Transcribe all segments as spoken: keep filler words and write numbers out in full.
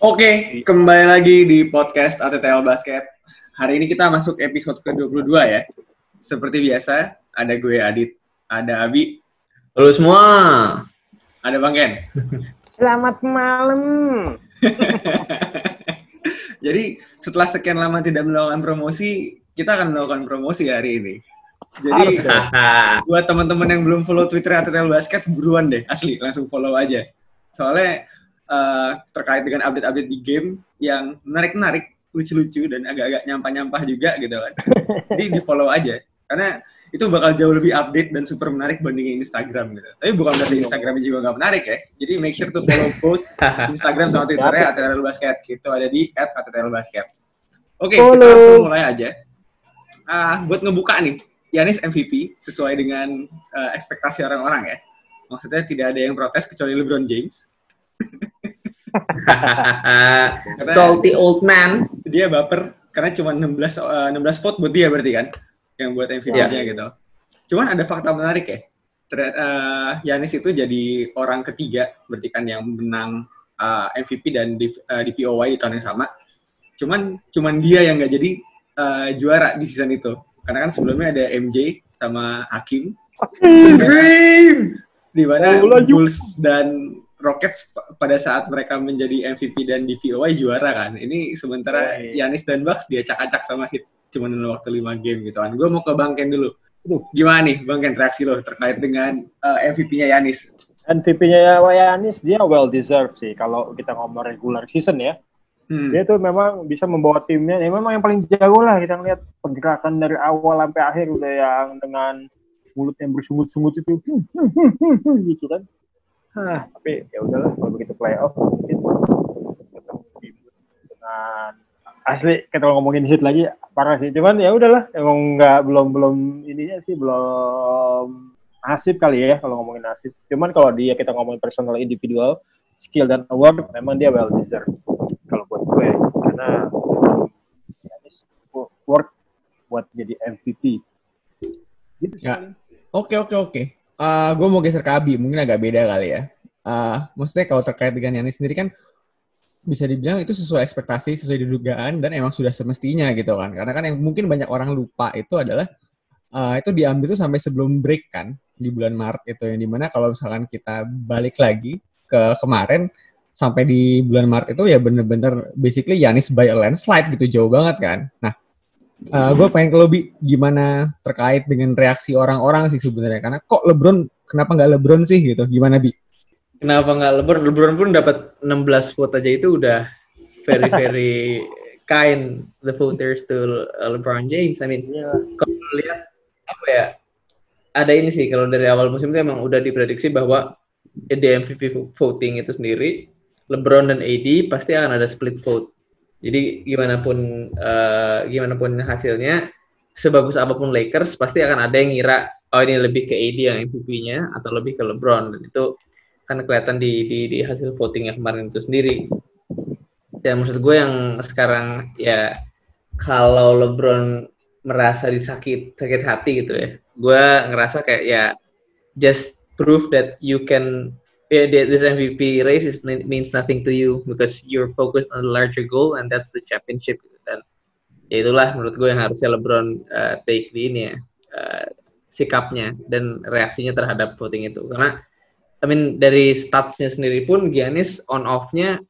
Oke, kembali lagi di podcast A T T L Basket. Hari ini kita masuk episode ke dua puluh dua ya. Seperti biasa, ada gue Adit, ada Abi. Halo semua. Ada Bang Ken. Selamat malam. Jadi setelah sekian lama tidak melakukan promosi, kita akan melakukan promosi hari ini. Jadi buat teman-teman yang belum follow Twitter A T T L Basket, buruan deh, asli langsung follow aja. Soalnya uh, terkait dengan update-update di game yang menarik-menarik, lucu-lucu dan agak-agak nyampah-nyampah juga gitu kan. Jadi di follow aja, karena itu bakal jauh lebih update dan super menarik bandingin Instagram gitu. Tapi bukan berarti Instagramnya juga nggak menarik ya. Jadi make sure to follow both Instagram sama Twitternya A T T L Basket. Itu ada di at A T T L Basket. Oke, okay, kita langsung mulai aja. Uh, buat ngebuka nih, Giannis M V P sesuai dengan uh, ekspektasi orang-orang ya. Maksudnya tidak ada yang protes kecuali LeBron James. Salty old man. Dia baper karena cuma enam belas, uh, enam belas vote buat dia berarti kan, yang buat M V P-nya yeah. gitu. Cuman ada fakta menarik ya. Ternyata uh, Giannis itu jadi orang ketiga berarti kan yang menang uh, M V P dan di, uh, di P O Y di tahun yang sama. Cuman cuman dia yang nggak jadi uh, juara di season itu. Karena kan sebelumnya ada M J sama Hakim. Dream. Di mana Bulls dan Rockets pada saat mereka menjadi M V P dan di P O Y juara kan. Ini sementara Giannis dan Bucks dia acak-acak sama Heat cuma dalam waktu lima game gitu kan. Gue mau ke Bang Ken dulu. Gimana nih Bang Ken reaksi lo terkait dengan uh, M V P-nya Giannis? M V P-nya Giannis dia well deserved sih kalau kita ngomong regular season ya. Hmm. Dia tuh memang bisa membawa timnya. Ya memang yang paling jago lah kita ngeliat pergerakan dari awal sampai akhir udah yang dengan mulut yang bersungut-sungut itu gitu kan. Hah, tapi ya udahlah kalau begitu playoff mungkin dengan asli kita ngomongin hit lagi parah sih. Cuman ya udahlah emang nggak belum belum ininya sih belum nasib kali ya kalau ngomongin nasib. Cuman kalau dia kita ngomongin personal individual skill dan award memang dia well deserved kalau buat gue karena worth buat jadi M V P. Gitu ya. Oke oke oke. Uh, gue mau geser ke Abi, mungkin agak beda kali ya. Uh, maksudnya kalau terkait dengan Giannis sendiri kan bisa dibilang itu sesuai ekspektasi, sesuai dugaan dan emang sudah semestinya gitu kan. Karena kan yang mungkin banyak orang lupa itu adalah uh, itu diambil tuh sampai sebelum break kan di bulan Maret itu, yang dimana kalau misalkan kita balik lagi ke kemarin sampai di bulan Maret itu ya bener-bener basically Giannis by a landslide gitu, jauh banget kan. Nah, Uh, gue pengen ke Lobi gimana terkait dengan reaksi orang-orang sih sebenarnya, karena kok LeBron, kenapa nggak LeBron sih gitu, gimana Bi? Kenapa nggak LeBron? LeBron pun dapat enam belas vote aja itu udah very very kind the voters to LeBron James. I mean, yeah. Kalau lihat apa ya, ada ini sih kalau dari awal musim itu emang udah diprediksi bahwa di M V P voting itu sendiri LeBron dan A D pasti akan ada split vote. Jadi gimana pun uh, gimana pun hasilnya, sebagus apapun Lakers pasti akan ada yang ngira oh ini lebih ke A D yang M V P-nya atau lebih ke LeBron, dan itu kan kelihatan di di, di hasil voting yang kemarin itu sendiri. Dan maksud gue yang sekarang ya, kalau LeBron merasa disakit sakit hati gitu ya, gue ngerasa kayak ya just prove that you can. Yeah, this M V P race is, means nothing to you because you're focused on the larger goal and that's the championship. Dan ya itulah menurut gue yang harusnya LeBron uh, take di ini ya, uh, sikapnya dan reaksinya terhadap voting itu. Karena I mean dari statsnya sendiri pun Giannis on off-nya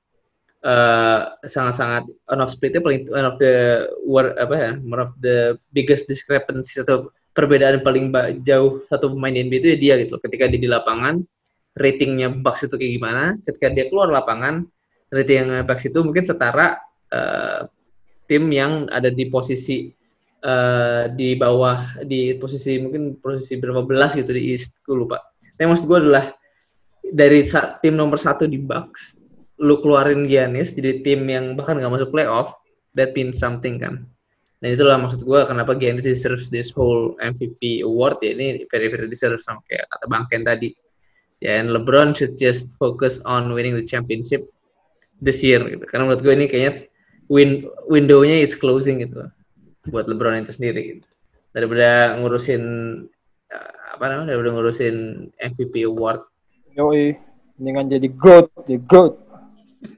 uh, sangat-sangat on off splitnya paling one of the war, apa ya, one of the biggest discrepancy atau perbedaan paling jauh satu pemain N B A itu ya dia gitu. Ketika dia di lapangan ratingnya Bucks itu kayak gimana, ketika dia keluar lapangan ratingnya Bucks itu mungkin setara uh, tim yang ada di posisi uh, di bawah, di posisi mungkin posisi berapa belas gitu di East, gue lupa. Tapi maksud gue adalah dari tim nomor satu di Bucks lu keluarin Giannis jadi tim yang bahkan nggak masuk playoff, that means something kan. Dan itulah maksud gue kenapa Giannis deserves this whole M V P award ya, ini very very deserve sama kayak kata Bang Ken tadi. Ya, and LeBron should just focus on winning the championship this year gitu. Karena menurut gue ini kayaknya win window-nya is closing gitu buat LeBron itu sendiri gitu. Daripada ngurusin uh, apa namanya? Daripada ngurusin M V P award. Yoi, mendingan jadi GOAT, jadi GOAT.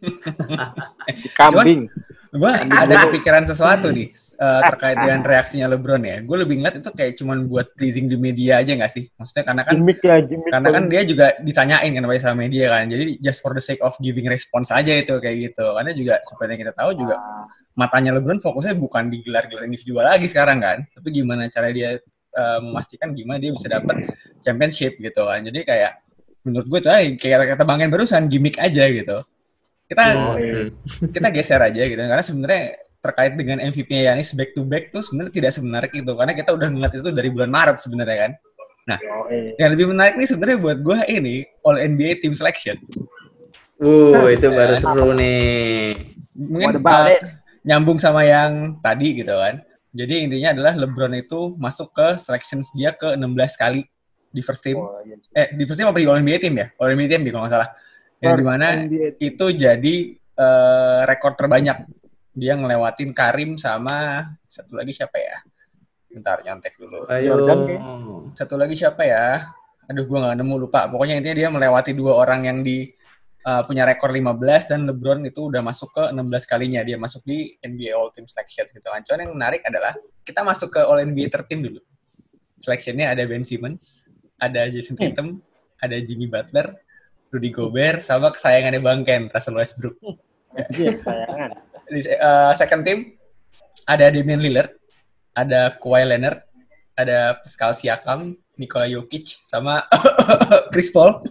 Kambing. Gue ada kepikiran sesuatu nih uh, terkait dengan reaksinya LeBron ya. Gue lebih ngeliat itu kayak cuman buat pleasing di media aja nggak sih? Maksudnya karena kan, gimmick ya, gimmick karena kan dia juga ditanyain kan sama media kan. Jadi just for the sake of giving response aja itu kayak gitu. Karena juga seperti yang kita tahu juga ah. matanya LeBron fokusnya bukan di gelar-gelar individual lagi sekarang kan. Tapi gimana cara dia uh, memastikan gimana dia bisa dapat championship gitu kan. Jadi kayak menurut gue tuh kayak kata Bang En barusan gimmick aja gitu. Kita oh, iya. kita geser aja gitu karena sebenarnya terkait dengan M V P-nya Giannis back to back tuh sebenarnya tidak semenarik itu karena kita udah ngeliat itu dari bulan Maret sebenarnya kan. Nah, oh, iya. yang lebih menarik nih sebenarnya buat gue ini All N B A Team Selections. Uh, itu baru seru nih. Mungkin uh, nyambung sama yang tadi gitu kan. Jadi intinya adalah LeBron itu masuk ke selections dia ke enam belas kali di first team. Oh, iya. Eh, di first team apa di All N B A Team ya? All N B A Team kalau nggak salah. Yang dimana itu jadi uh, rekor terbanyak. Dia ngelewatin Karim sama satu lagi siapa ya? Bentar, nyontek dulu. Ayo. Satu lagi siapa ya? Aduh, gue nggak nemu, lupa. Pokoknya intinya dia melewati dua orang yang di uh, punya rekor lima belas dan LeBron itu udah masuk ke enam belas kalinya. Dia masuk di N B A All Team Selections gitu kan. Cuman yang menarik adalah kita masuk ke All N B A third team dulu. Seleksinya ada Ben Simmons, ada Jason Tatum, hmm. ada Jimmy Butler, Rudy Gobert, sama kesayangannya Bang Ken, Russell Westbrook. Iya, kesayangan. Di uh, second team, ada Damian Lillard, ada Kawhi Leonard, ada Pascal Siakam, Nikola Jokic, sama Chris Paul.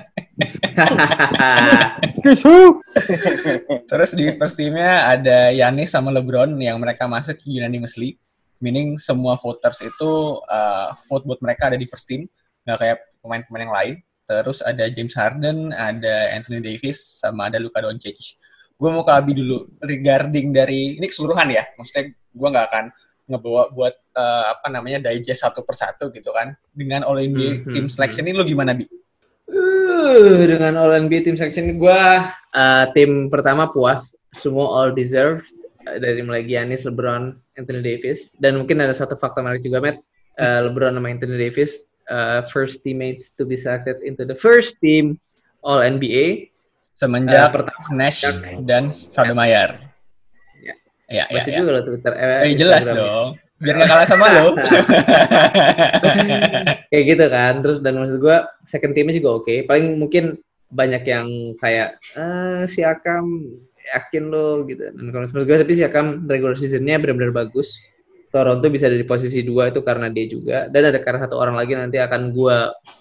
Terus di first teamnya ada Giannis sama LeBron yang mereka masuk unanimously, meaning semua voters itu uh, vote buat mereka ada di first team, nggak kayak pemain-pemain yang lain. Terus ada James Harden, ada Anthony Davis, sama ada Luka Doncic. Gue mau ke Abi dulu regarding dari ini keseluruhan ya. Maksudnya gue nggak akan ngebawa buat uh, apa namanya digest satu persatu gitu kan. Dengan All N B A mm-hmm. Team Selection ini lo gimana, Bi? Uh, dengan All N B A Team Selection ini gue uh, tim pertama puas, semua all deserved uh, dari mulai Giannis, LeBron, Anthony Davis. Dan mungkin ada satu fakta menarik juga, Matt. Uh, LeBron sama Anthony Davis. Uh, first teammates to be selected into the first team All N B A semenjak uh, pertama Nash dan Stoudemire. Ya, ya, baca ya, juga ya. Lo Twitter. Eh, eh jelas dong, biar nggak kalah sama lo. Kayak gitu kan. Terus dan maksud gue second teamnya juga oke. Okay. Paling mungkin banyak yang kayak ah, Siakam yakin lo gitu. Dan kalau menurut gue tapi Siakam regular season-nya benar-benar bagus. Toronto bisa ada di posisi dua itu karena dia juga. Dan ada karena satu orang lagi nanti akan gue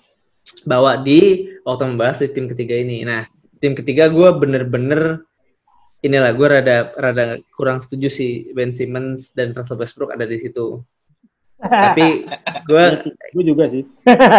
bawa di waktu membahas di tim ketiga ini. Nah, tim ketiga gue bener-bener inilah gue rada rada kurang setuju sih Ben Simmons dan Russell Westbrook ada di situ. Tapi gue gue juga sih.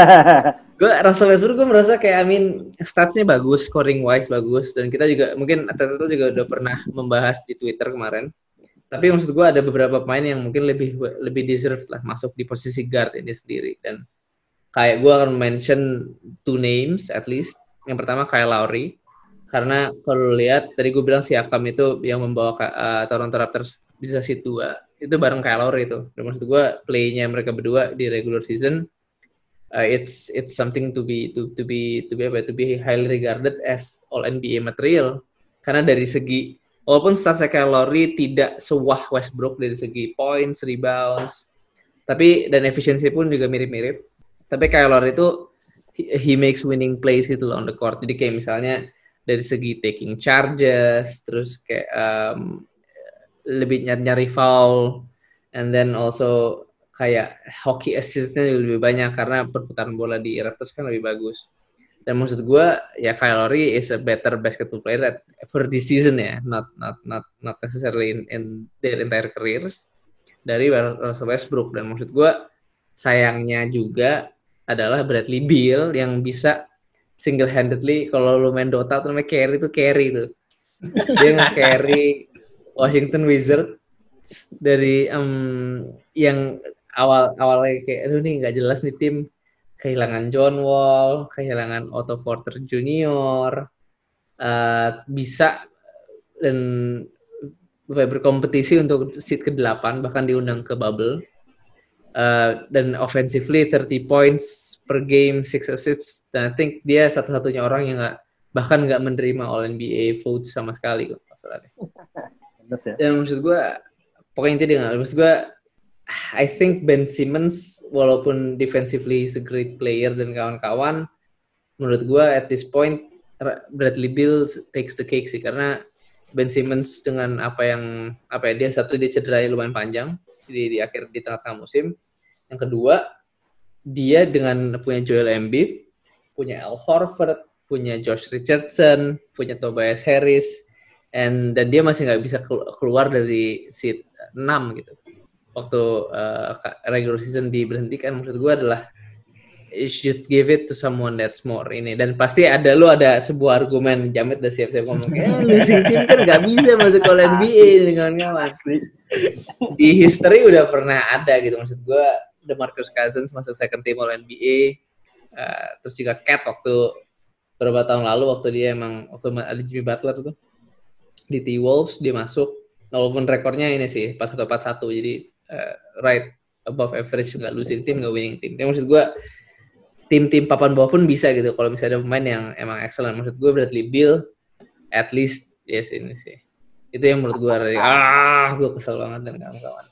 Gue Russell Westbrook gue merasa kayak I mean statsnya bagus, scoring wise bagus, dan kita juga mungkin Ateta juga udah pernah membahas di Twitter kemarin. Tapi maksud gue ada beberapa pemain yang mungkin lebih lebih deserve lah masuk di posisi guard ini sendiri. Dan kayak gue akan mention two names at least. Yang pertama Kyle Lowry. Karena kalau lihat tadi gue bilang Siakam itu yang membawa uh, Toronto Raptors bisa seed dua. Itu bareng Kyle Lowry itu. Dan maksud gue play-nya mereka berdua di regular season uh, it's it's something to be to to be to be apa to be highly regarded as all N B A material. Karena dari segi walaupun statsnya Kyle Lowry tidak sewah Westbrook dari segi points, rebounds, tapi dan efisiensi pun juga mirip-mirip. Tapi Kyle Lowry itu he, he makes winning plays gitu loh on the court. Jadi kayak misalnya dari segi taking charges, terus kayak um, lebih nyari-nyari foul, and then also kayak hockey assist-nya lebih banyak karena perputaran bola di Raptors kan lebih bagus. Dan maksud gue ya Kyle Lowry is a better basketball player at, for this season ya, not not not not necessarily in, in their entire careers dari Russell Westbrook. Dan maksud gue sayangnya juga adalah Bradley Beal yang bisa single handedly kalau lu main Dota tuh namanya carry tuh carry tuh. Dia nge-carry Washington Wizards dari um, yang awal awalnya kayak aduh nih nggak jelas nih tim. Kehilangan John Wall, kehilangan Otto Porter Junior, uh, bisa dan berkompetisi untuk seat kedelapan, bahkan diundang ke bubble. Uh, dan offensively thirty points per game, six assists, dan I think dia satu-satunya orang yang nggak bahkan nggak menerima All N B A votes sama sekali kok masalahnya. Dan maksud gue, pokoknya intinya dengan maksud gue, I think Ben Simmons walaupun defensively is a great player dan kawan-kawan, menurut gue at this point Bradley Beal takes the cake sih, karena Ben Simmons dengan apa yang apa ya dia satu dia cederanya lumayan panjang di, di akhir di tengah-tengah musim. Yang kedua, dia dengan punya Joel Embiid, punya Al Horford, punya Josh Richardson, punya Tobias Harris, and dan dia masih nggak bisa keluar dari seat enam gitu. Waktu uh, regular season diberhentikan, maksud gue adalah you should give it to someone that's more ini. Dan pasti ada lu ada sebuah argumen, Jamet udah siap-siap ngomong eh losing team kan nggak bisa masuk ke N B A dengan kawan. Di history udah pernah ada gitu, maksud gue DeMarcus Cousins masuk second team All N B A, uh, terus juga Cat waktu beberapa tahun lalu waktu dia emang waktu ada Jimmy Butler tuh di T-Wolves dia masuk, walaupun rekornya ini sih pas satu empat satu, jadi uh, right above average, nggak losing team, nggak winning team. Tapi maksud gue tim-tim papan bawah pun bisa gitu kalau misalnya ada pemain yang emang excellent. Maksud gue Bradley Beal at least yes ini sih. Itu yang menurut gue ah gue kesel banget dan kawan-kawan.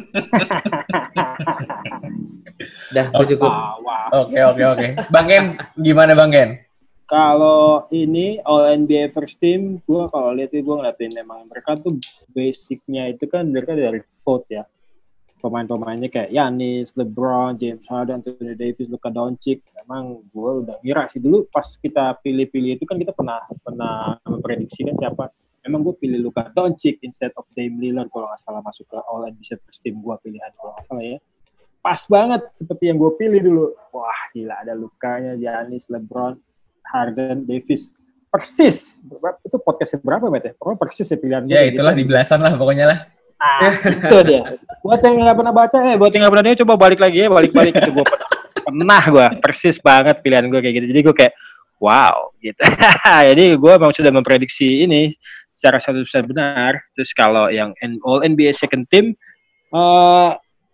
Dah, gue cukup. Oke oke oke. Bang Ken, gimana Bang Ken? Kalau ini All N B A First Team, gue kalau lihat itu gue ngeliatin emang mereka tuh basicnya itu kan mereka dari vote ya. Pemain-pemainnya kayak Giannis, LeBron, James Harden, Anthony Davis, Luka Doncic. Emang gue udah ngira sih dulu pas kita pilih-pilih itu kan kita pernah pernah memprediksi kan siapa. Emang gue pilih Luka Doncic instead of Dame Lillard kalau nggak salah masuk ke All N B A First Team gue pilihan kalau nggak salah ya. Pas banget seperti yang gue pilih dulu. Wah gila ada Lukanya, Giannis, LeBron, Harden, Davis. Persis. Itu podcastnya berapa Met ya? Pokoknya persis ya pilihan gue. Ya itulah gitu. Di belasan lah pokoknya lah. Ah, itu dia. Buat yang nggak pernah baca, eh, buat yang nggak pernah dia coba balik lagi ya, balik-balik itu gue pernah, pernah gue persis banget pilihan gue kayak gitu. Jadi gue kayak wow, gitu. Jadi gue memang sudah memprediksi ini secara satu persen benar. Terus kalau yang All N B A Second Team, uh,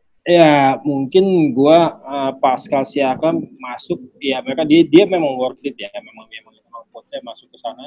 ya mungkin gue uh, Pascal Siakam masuk, ya mereka dia, dia memang worth it ya, memang memang memang vote-nya masuk ke sana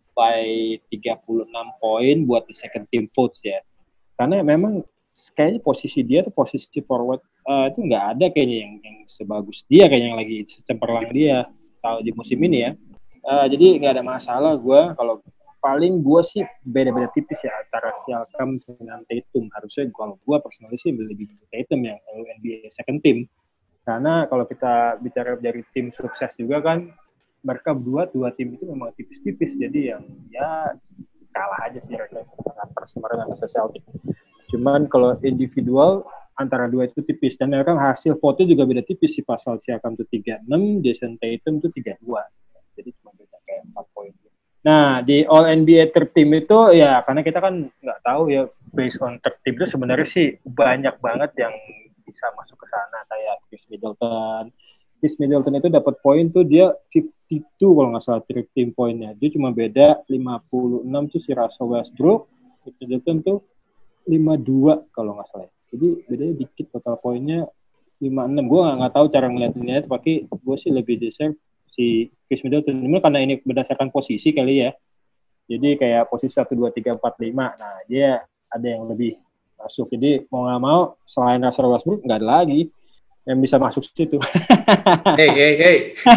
by tiga puluh enam poin buat di Second Team votes ya. Karena memang kayaknya posisi dia tuh posisi forward uh, itu nggak ada kayaknya yang, yang sebagus dia kayaknya yang lagi cemerlang dia kalau di musim ini ya. Uh, jadi nggak ada masalah gue kalau paling gue sih beda-beda tipis ya antara Siakam dengan Tatum. Harusnya kalau gue personally sih lebih Tatum yang N B A second team. Karena kalau kita bicara dari tim sukses juga kan mereka berdua dua tim itu memang tipis-tipis jadi yang ya kalah aja sih mereka Raptors kemarin sama Celtics. Cuman kalau individual antara dua itu tipis dan mereka hasil vote juga beda tipis sih. Pascal Siakam tuh tiga puluh enam, Jason Tatum tuh tiga puluh dua. Jadi cuma beda kayak empat poin. Nah, di All N B A third team itu ya karena kita kan nggak tahu ya based on third team itu sebenarnya sih banyak banget yang bisa masuk ke sana kayak Chris Middleton. Chris Middleton itu dapat poin tuh dia lima puluh dua kalau nggak salah third team poinnya. Dia cuma beda lima puluh enam tuh si Russell Westbrook. Chris Middleton tuh lima puluh dua kalau nggak salah. Jadi bedanya dikit total poinnya lima puluh enam. Gue nggak tahu cara ngeliatinnya, tapi gue sih lebih deserve si Chris Middleton. Ini karena ini berdasarkan posisi kali ya. Jadi kayak posisi satu, dua, tiga, empat, lima. Nah dia ada yang lebih masuk. Jadi mau nggak mau selain Russell Westbrook nggak ada lagi yang bisa masuk situ. Hey, hey, hey.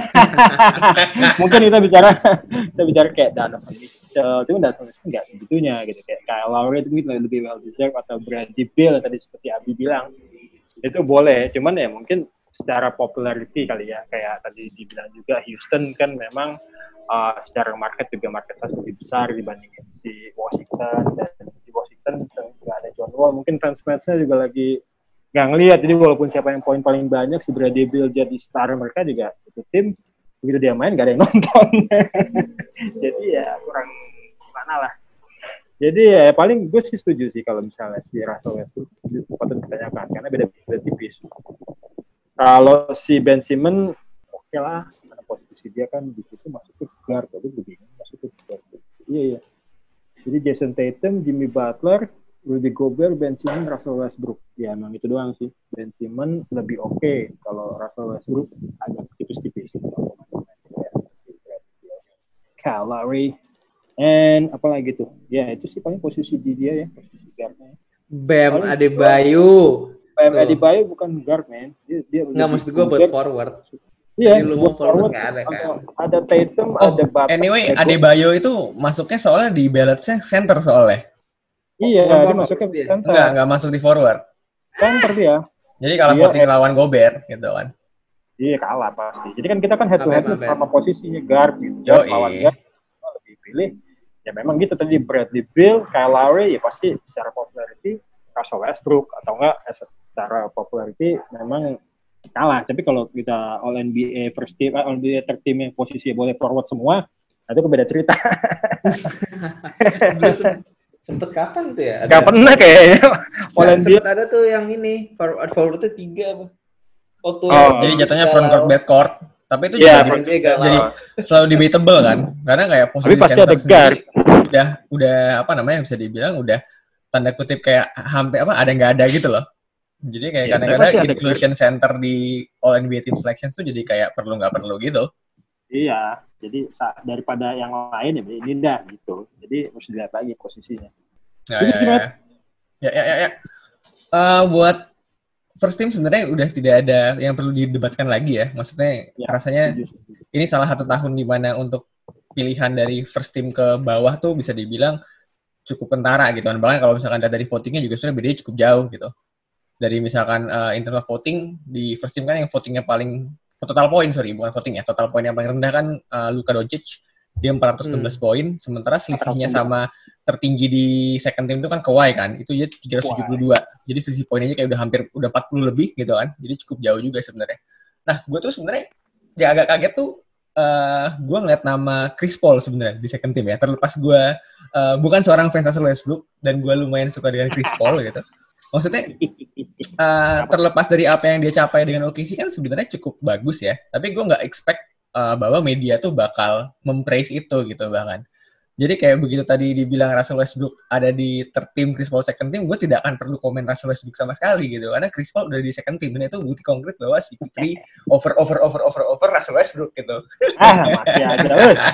Mungkin kita bicara, kita bicara kayak Donovan Mitchell, cuma Donovan Mitchell nggak segitunya gitu. Kayak Kyle Lowry itu lebih well deserved atau Bradley Beal tadi seperti Abi bilang itu boleh. Cuman ya mungkin secara popularity kali ya, kayak tadi dibilang juga Houston kan memang uh, secara market juga market size lebih besar dibandingin si Washington, dan di Washington nggak ada John Wall, mungkin fans fansnya juga lagi nggak ngelihat. Jadi walaupun siapa yang poin paling banyak si Bradley Beal jadi star mereka juga itu tim begitu dia main nggak ada yang nonton. Jadi ya kurang gimana lah. Jadi ya paling gue sih setuju sih kalau misalnya si Russell Westbrook patut ditanyakan karena beda-beda tipis. Kalau si Ben Simmons oke okay lah karena posisi dia kan di situ masuk ke guard, tapi gue bingung masuk ke guard. Iya iya. Jadi Jason Tatum, Jimmy Butler, Rudy Gobert, Ben Simmons, Russell Westbrook. Ya, memang itu doang sih. Ben Simmons lebih oke. Okay. Kalau Russell Westbrook agak tipis-tipis. Kyle Lowry, and apalagi tuh? Ya itu sih paling posisi di dia ya, posisi guardnya. Bam Adebayo. Bam Adebayo bukan guard, man. Dia dia nggak maksud gue buat forward. Iya, lu mau forward nggak ada kan? Ada Tatum, oh, ada Butler. Anyway, Adebayo itu masuknya soalnya di balance-nya center soalnya. Iya, oh, dia masuknya di center. Enggak, enggak masuk di forward. Center dia. Jadi kalau voting lawan Gobert gitu kan. Iya, kalah pasti. Jadi kan kita kan head to head sama posisinya guard gitu. Guard lawan guard. Lebih pilih ya memang gitu tadi Bradley Beal, Kyle Lowry ya pasti secara popularity Russell Westbrook atau enggak secara popularity memang kalah. Tapi kalau kita All N B A first team, All N B A third team yang posisinya boleh forward semua, itu beda cerita. Sempet kapan tuh ya? Gak pernah kayaknya. All N B A ada tuh yang ini forward forwardnya tiga apa? Waktu oh, jadi jatuhnya front court back court. Tapi itu yeah, juga jadi, jadi selalu debatable kan? Karena kayak posisi center sendiri udah udah apa namanya bisa dibilang udah tanda kutip kayak hampir apa ada nggak ada gitu loh. Jadi kayak ya, kadang-kadang inclusion center di All N B A Team Selections tuh jadi kayak perlu nggak perlu gitu. Iya, jadi daripada yang lain ya ini dah gitu. Jadi harus dilihat lagi posisinya. Ya, ya, ya. ya, ya, ya, ya. Uh, buat first team sebenarnya udah tidak ada yang perlu didebatkan lagi ya. Maksudnya ya, rasanya ini salah satu tahun di mana untuk pilihan dari first team ke bawah tuh bisa dibilang cukup kentara gitu kan. Bahkan kalau misalkan dari votingnya juga sebenarnya bedanya cukup jauh gitu. Dari misalkan uh, internal voting di first team kan yang votingnya paling total poin sorry bukan voting ya total poin yang paling rendah kan uh, Luka Doncic dia empat ratus enam belas hmm. poin sementara selisihnya sama tertinggi di second team itu kan Kawhi kan itu dia tiga ratus tujuh puluh dua jadi selisih poinnya kayak udah hampir udah empat puluh lebih gitu kan jadi cukup jauh juga sebenarnya. Nah gue tuh sebenarnya ya agak kaget tuh uh, gue ngeliat nama Chris Paul sebenarnya di second team ya terlepas gue uh, bukan seorang fans Russell Westbrook dan gue lumayan suka dengan Chris Paul gitu. Maksudnya uh, terlepas dari apa yang dia capai dengan O K C kan sebenarnya cukup bagus ya. Tapi gue nggak expect uh, bahwa media tuh bakal mempraise itu gitu bahkan. Jadi kayak begitu tadi dibilang Russell Westbrook ada di third team, Chris Paul second team, gue tidak akan perlu komen Russell Westbrook sama sekali gitu. Karena Chris Paul udah di second team dan itu bukti konkret bahwa si P three over over over over over Russell Westbrook gitu. Ah masih aja.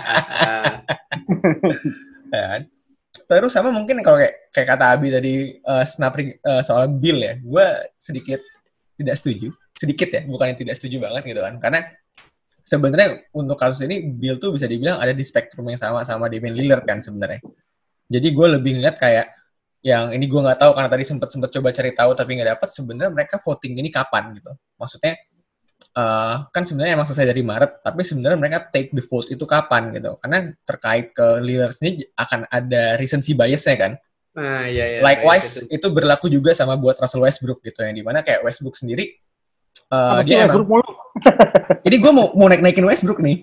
Dan terus sama mungkin kalau kayak kayak kata Abi tadi uh, snapring uh, soal Bill ya, gue sedikit tidak setuju, sedikit ya, bukannya tidak setuju banget gitu kan, karena sebenarnya untuk kasus ini Bill tuh bisa dibilang ada di spektrum yang sama sama Damian Lillard kan sebenarnya. Jadi gue lebih ngeliat kayak yang ini gue nggak tahu karena tadi sempat sempat coba cari tahu tapi nggak dapat sebenarnya mereka voting ini kapan gitu, maksudnya. Uh, kan sebenarnya emang selesai dari Maret, tapi sebenarnya mereka take the vote itu kapan gitu? Karena terkait ke Lillard ini akan ada recency bias-nya kan. Ah, iya, iya, Likewise itu. itu berlaku juga sama buat Russell Westbrook gitu, yang dimana kayak Westbrook sendiri uh, dia emang. Ini gue mau mau naik-naikin Westbrook nih.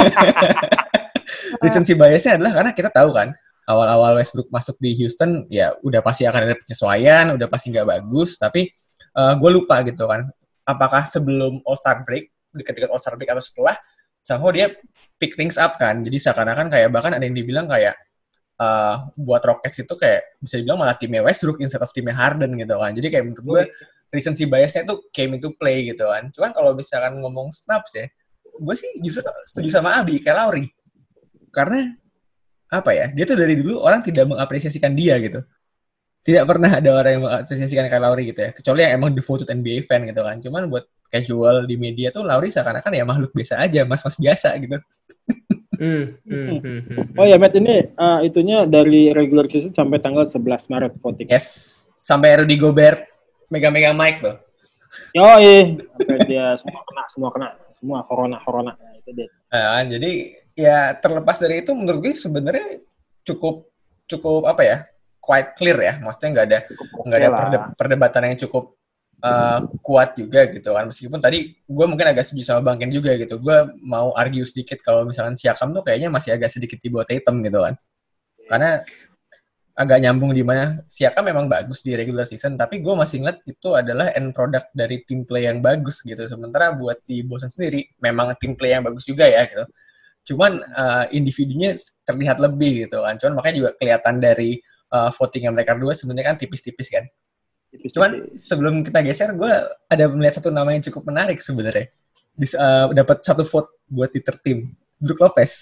Recency bias-nya adalah karena kita tahu kan awal-awal Westbrook masuk di Houston ya udah pasti akan ada penyesuaian, udah pasti nggak bagus, tapi uh, gue lupa gitu kan. Apakah sebelum All-Star break, dekat-dekat All-Star break atau setelah, somehow dia pick things up kan. Jadi seakan-akan kayak, bahkan ada yang dibilang kayak, uh, buat Rockets itu kayak, bisa dibilang malah timnya Westbrook instead of timnya Harden gitu kan. Jadi kayak menurut gue, recency bias-nya tuh came into play gitu kan. Cuman kalau misalkan ngomong snaps ya, gue sih justru setuju sama Abi, kayak Lowry. Karena, apa ya, dia tuh dari dulu orang tidak mengapresiasikan dia gitu. Tidak pernah ada orang yang mengapresiasikan kayak Lowry gitu ya. Kecuali yang emang devoted N B A fan gitu kan. Cuman buat casual di media tuh Lowry seakan-akan ya makhluk biasa aja, mas-mas biasa gitu. Hmm, hmm, hmm, hmm. Oh ya Matt, ini uh, itunya dari regular season sampai tanggal sebelas Maret voting. Yes. Sampai Rudy Gobert megang-megang mic tuh. Yoi. Sampai dia semua kena, semua kena. Semua corona-corona. Nah, itu dia. Nah, jadi ya terlepas dari itu menurut gue sebenarnya cukup cukup apa ya? Quite clear ya, maksudnya nggak ada nggak ada perde- perdebatan yang cukup uh, kuat juga gitu kan. Meskipun tadi gue mungkin agak setuju sama Bang Ken juga gitu. Gue mau argue sedikit kalau misalkan Siakam tuh kayaknya masih agak sedikit di bawah Tatum gitu kan. Karena agak nyambung di mana Siakam memang bagus di regular season, tapi gue masih ngeliat itu adalah end product dari team play yang bagus gitu. Sementara buat di Boston sendiri memang team play yang bagus juga ya gitu. Cuman uh, individunya terlihat lebih gitu kan. Cuman makanya juga kelihatan dari Uh, voting yang mereka berdua sebenarnya kan tipis-tipis kan. Tipis-tipis. Cuman sebelum kita geser, gue ada melihat satu nama yang cukup menarik sebenarnya. Uh, dapat satu vote buat di third team, Brook Lopez.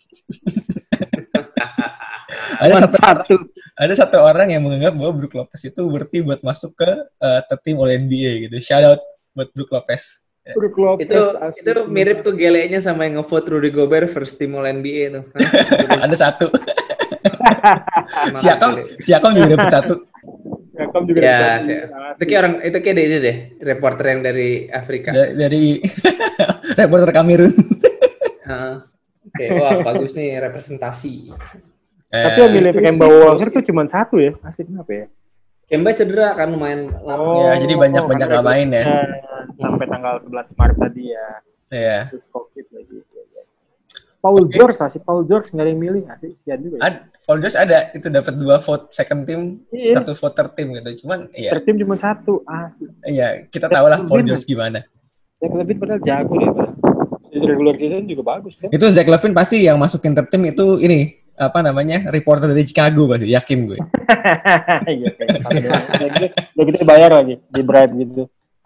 ada satu, satu ada satu orang yang menganggap bahwa Brook Lopez itu worthy buat masuk ke uh, tim All N B A gitu. Shout out buat Brook Lopez. Brook Lopez itu itu mirip tuh gelenya sama yang ngevote Rudy Gobert first team All N B A tuh. Ada satu. Siakam Siakam juga dapat satu. Siakam juga ya, dapat satu. Itu kayak orang itu kayak ini deh, reporter yang dari Afrika. D- dari reporter Kamerun. Uh, Oke, okay. Wah bagus nih representasi. Eh, Tapi yang milih Kemba Walker tuh cuma satu ya, asik kenapa ya? Kemba cedera kan lumayan lama. Oh, ya, jadi banyak-banyak nggak main ya. Sampai tanggal sebelas Maret tadi ya. Iya. Terus Covid lagi. Paul okay. George asik, Paul George nggak ada yang milih asik, sian juga. Ya. Ad, Paul George ada, itu dapat dua vote second team, iya. Satu vote third team gitu. Cuman iya. Third team cuma satu. Ah. Iya, kita tahu lah Paul George gimana. Zach Levine padahal jago deh, Pak. Di regular season juga bagus kan. Itu Zach Levine pasti yang masukin third team itu ini apa namanya reporter dari Chicago pasti, yakin gue. Iya, udah kita bayar lagi di bribe gitu.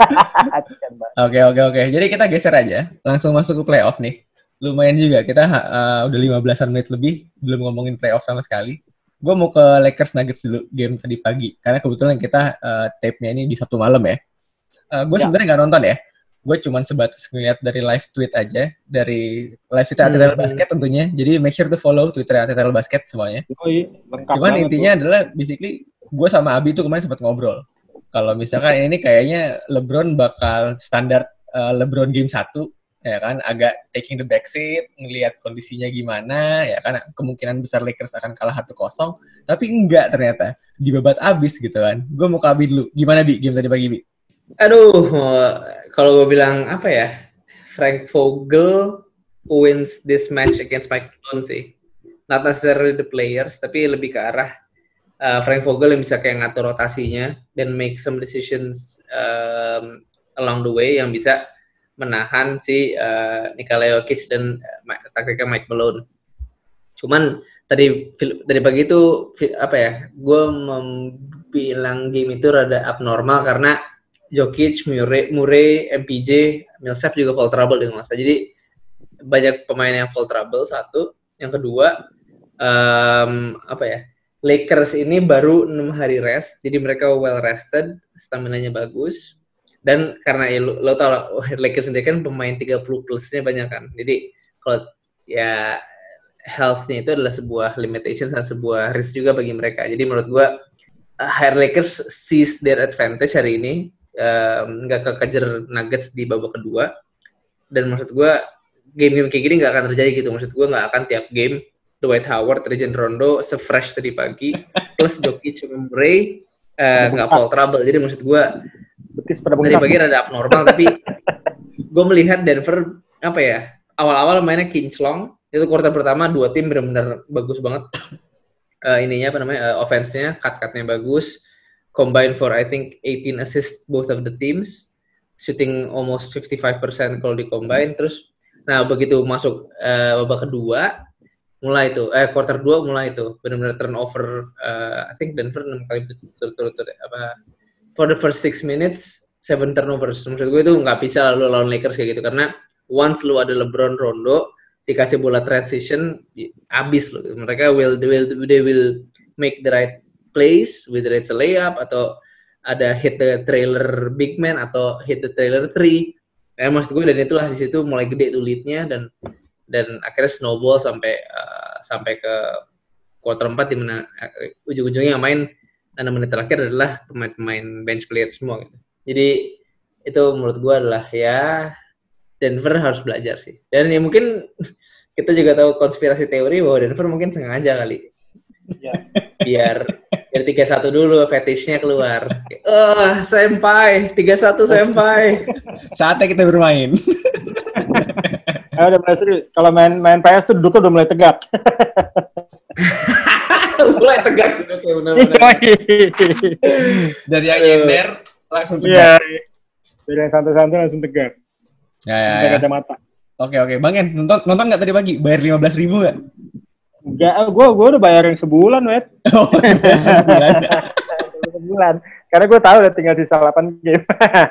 Oke oke oke. Jadi kita geser aja, langsung masuk ke playoff nih. Lumayan juga kita uh, udah lima belasan menit lebih belum ngomongin playoff sama sekali. Gue mau ke Lakers Nuggets dulu game tadi pagi karena kebetulan kita uh, tape-nya ini di Sabtu malam ya. Uh, gue ya. Sebenarnya nggak nonton ya. Gue cuma sebatas ngeliat dari live tweet aja, dari live Twitter A T T L Basket tentunya. Jadi make sure to follow Twitter A T T L Basket semuanya. Oh iya, cuman intinya tuh. Adalah basically gue sama Abi tuh kemarin sempat ngobrol. Kalau misalkan ini kayaknya LeBron bakal standar uh, LeBron game satu, ya kan, agak taking the back seat, ngelihat kondisinya gimana, ya kan, kemungkinan besar Lakers akan kalah satu kosong, tapi enggak ternyata, dibabat abis gitu kan. Gue mau ke Abi dulu, gimana Bi game tadi pagi Bi? Aduh, kalau gue bilang apa ya, Frank Vogel wins this match against Mike Malone sih. Not necessarily the players, tapi lebih ke arah uh, Frank Vogel yang bisa kayak ngatur rotasinya dan make some decisions um, along the way yang bisa menahan si uh, Nikola Jokic dan uh, taktiknya Mike Malone. Cuman tadi dari pagi itu apa ya, gue bilang game itu rada abnormal karena Jokic, Murray, Murray, M P J, Millsap juga foul trouble dengan masa. Jadi banyak pemain yang foul trouble satu. Yang kedua, um, apa ya? Lakers ini baru enam hari rest, jadi mereka well rested, stamina-nya bagus. Dan karena ya, lo, lo tau Lakers sendiri kan pemain tiga puluh plusnya banyak kan. Jadi kalau ya health-nya itu adalah sebuah limitation dan sebuah risk juga bagi mereka. Jadi menurut gua uh, Lakers seize their advantage hari ini. Nggak um, kekejar Nuggets di babak kedua, dan maksud gue game-game kayak gini nggak akan terjadi gitu. Maksud gue nggak akan tiap game Dwight Howard, Rajon Rondo se-fresh tadi pagi plus Jokic sama Murray nggak uh, fall trouble. Jadi maksud gue dari pagi rada abnormal, tapi gue melihat Denver apa ya, awal-awal mainnya kinclong. Itu quarter pertama dua tim benar-benar bagus banget uh, ininya apa namanya uh, offense-nya, cut-cutnya bagus. Combined for I think eighteen assists both of the teams, shooting almost fifty-five percent kalau di combine. Terus, nah begitu masuk uh, babak kedua, mulai itu, eh quarter dua mulai itu benar-benar turnover. Uh, I think Denver enam kali berturut-turut apa for the first six minutes seven turnovers. Maksud gue itu nggak bisa lu lawan Lakers kayak gitu karena once lu ada LeBron, Rondo dikasih bola transition, abis lu. Mereka will they will they will make the right plays, whether it's a layup atau ada hit the trailer big man atau hit the trailer three. Ya, maksud gue dan itulah di situ mulai gede tuh lead-nya dan dan akhirnya snowball sampai uh, sampai ke quarter empat di mana uh, ujung-ujungnya yang main enam menit terakhir adalah pemain-pemain bench player semua gitu. Jadi itu menurut gue adalah ya Denver harus belajar sih. Dan ya mungkin kita juga tahu konspirasi teori bahwa Denver mungkin sengaja kali. Ya. biar biar tiga satu dulu fetishnya keluar. Oh, senpai, tiga satu senpai. Saatnya kita bermain. Ah, udah mulai serius. Kalau main main P S tuh duduk tuh udah mulai tegak. mulai tegak duduk ya benar-benar. Dari yang nyender langsung tegak. Iya. Dari yang santai-santai langsung tegak. Ya, ya, ya. Kacamata. Oke, oke. Bang En, nonton nonton enggak tadi pagi? Bayar lima belas ribu enggak? Enggak, gue gue udah bayar yang sebulan, Wet. Oh, sebulan. sebulan. Karena gue tahu udah tinggal sisa delapan game.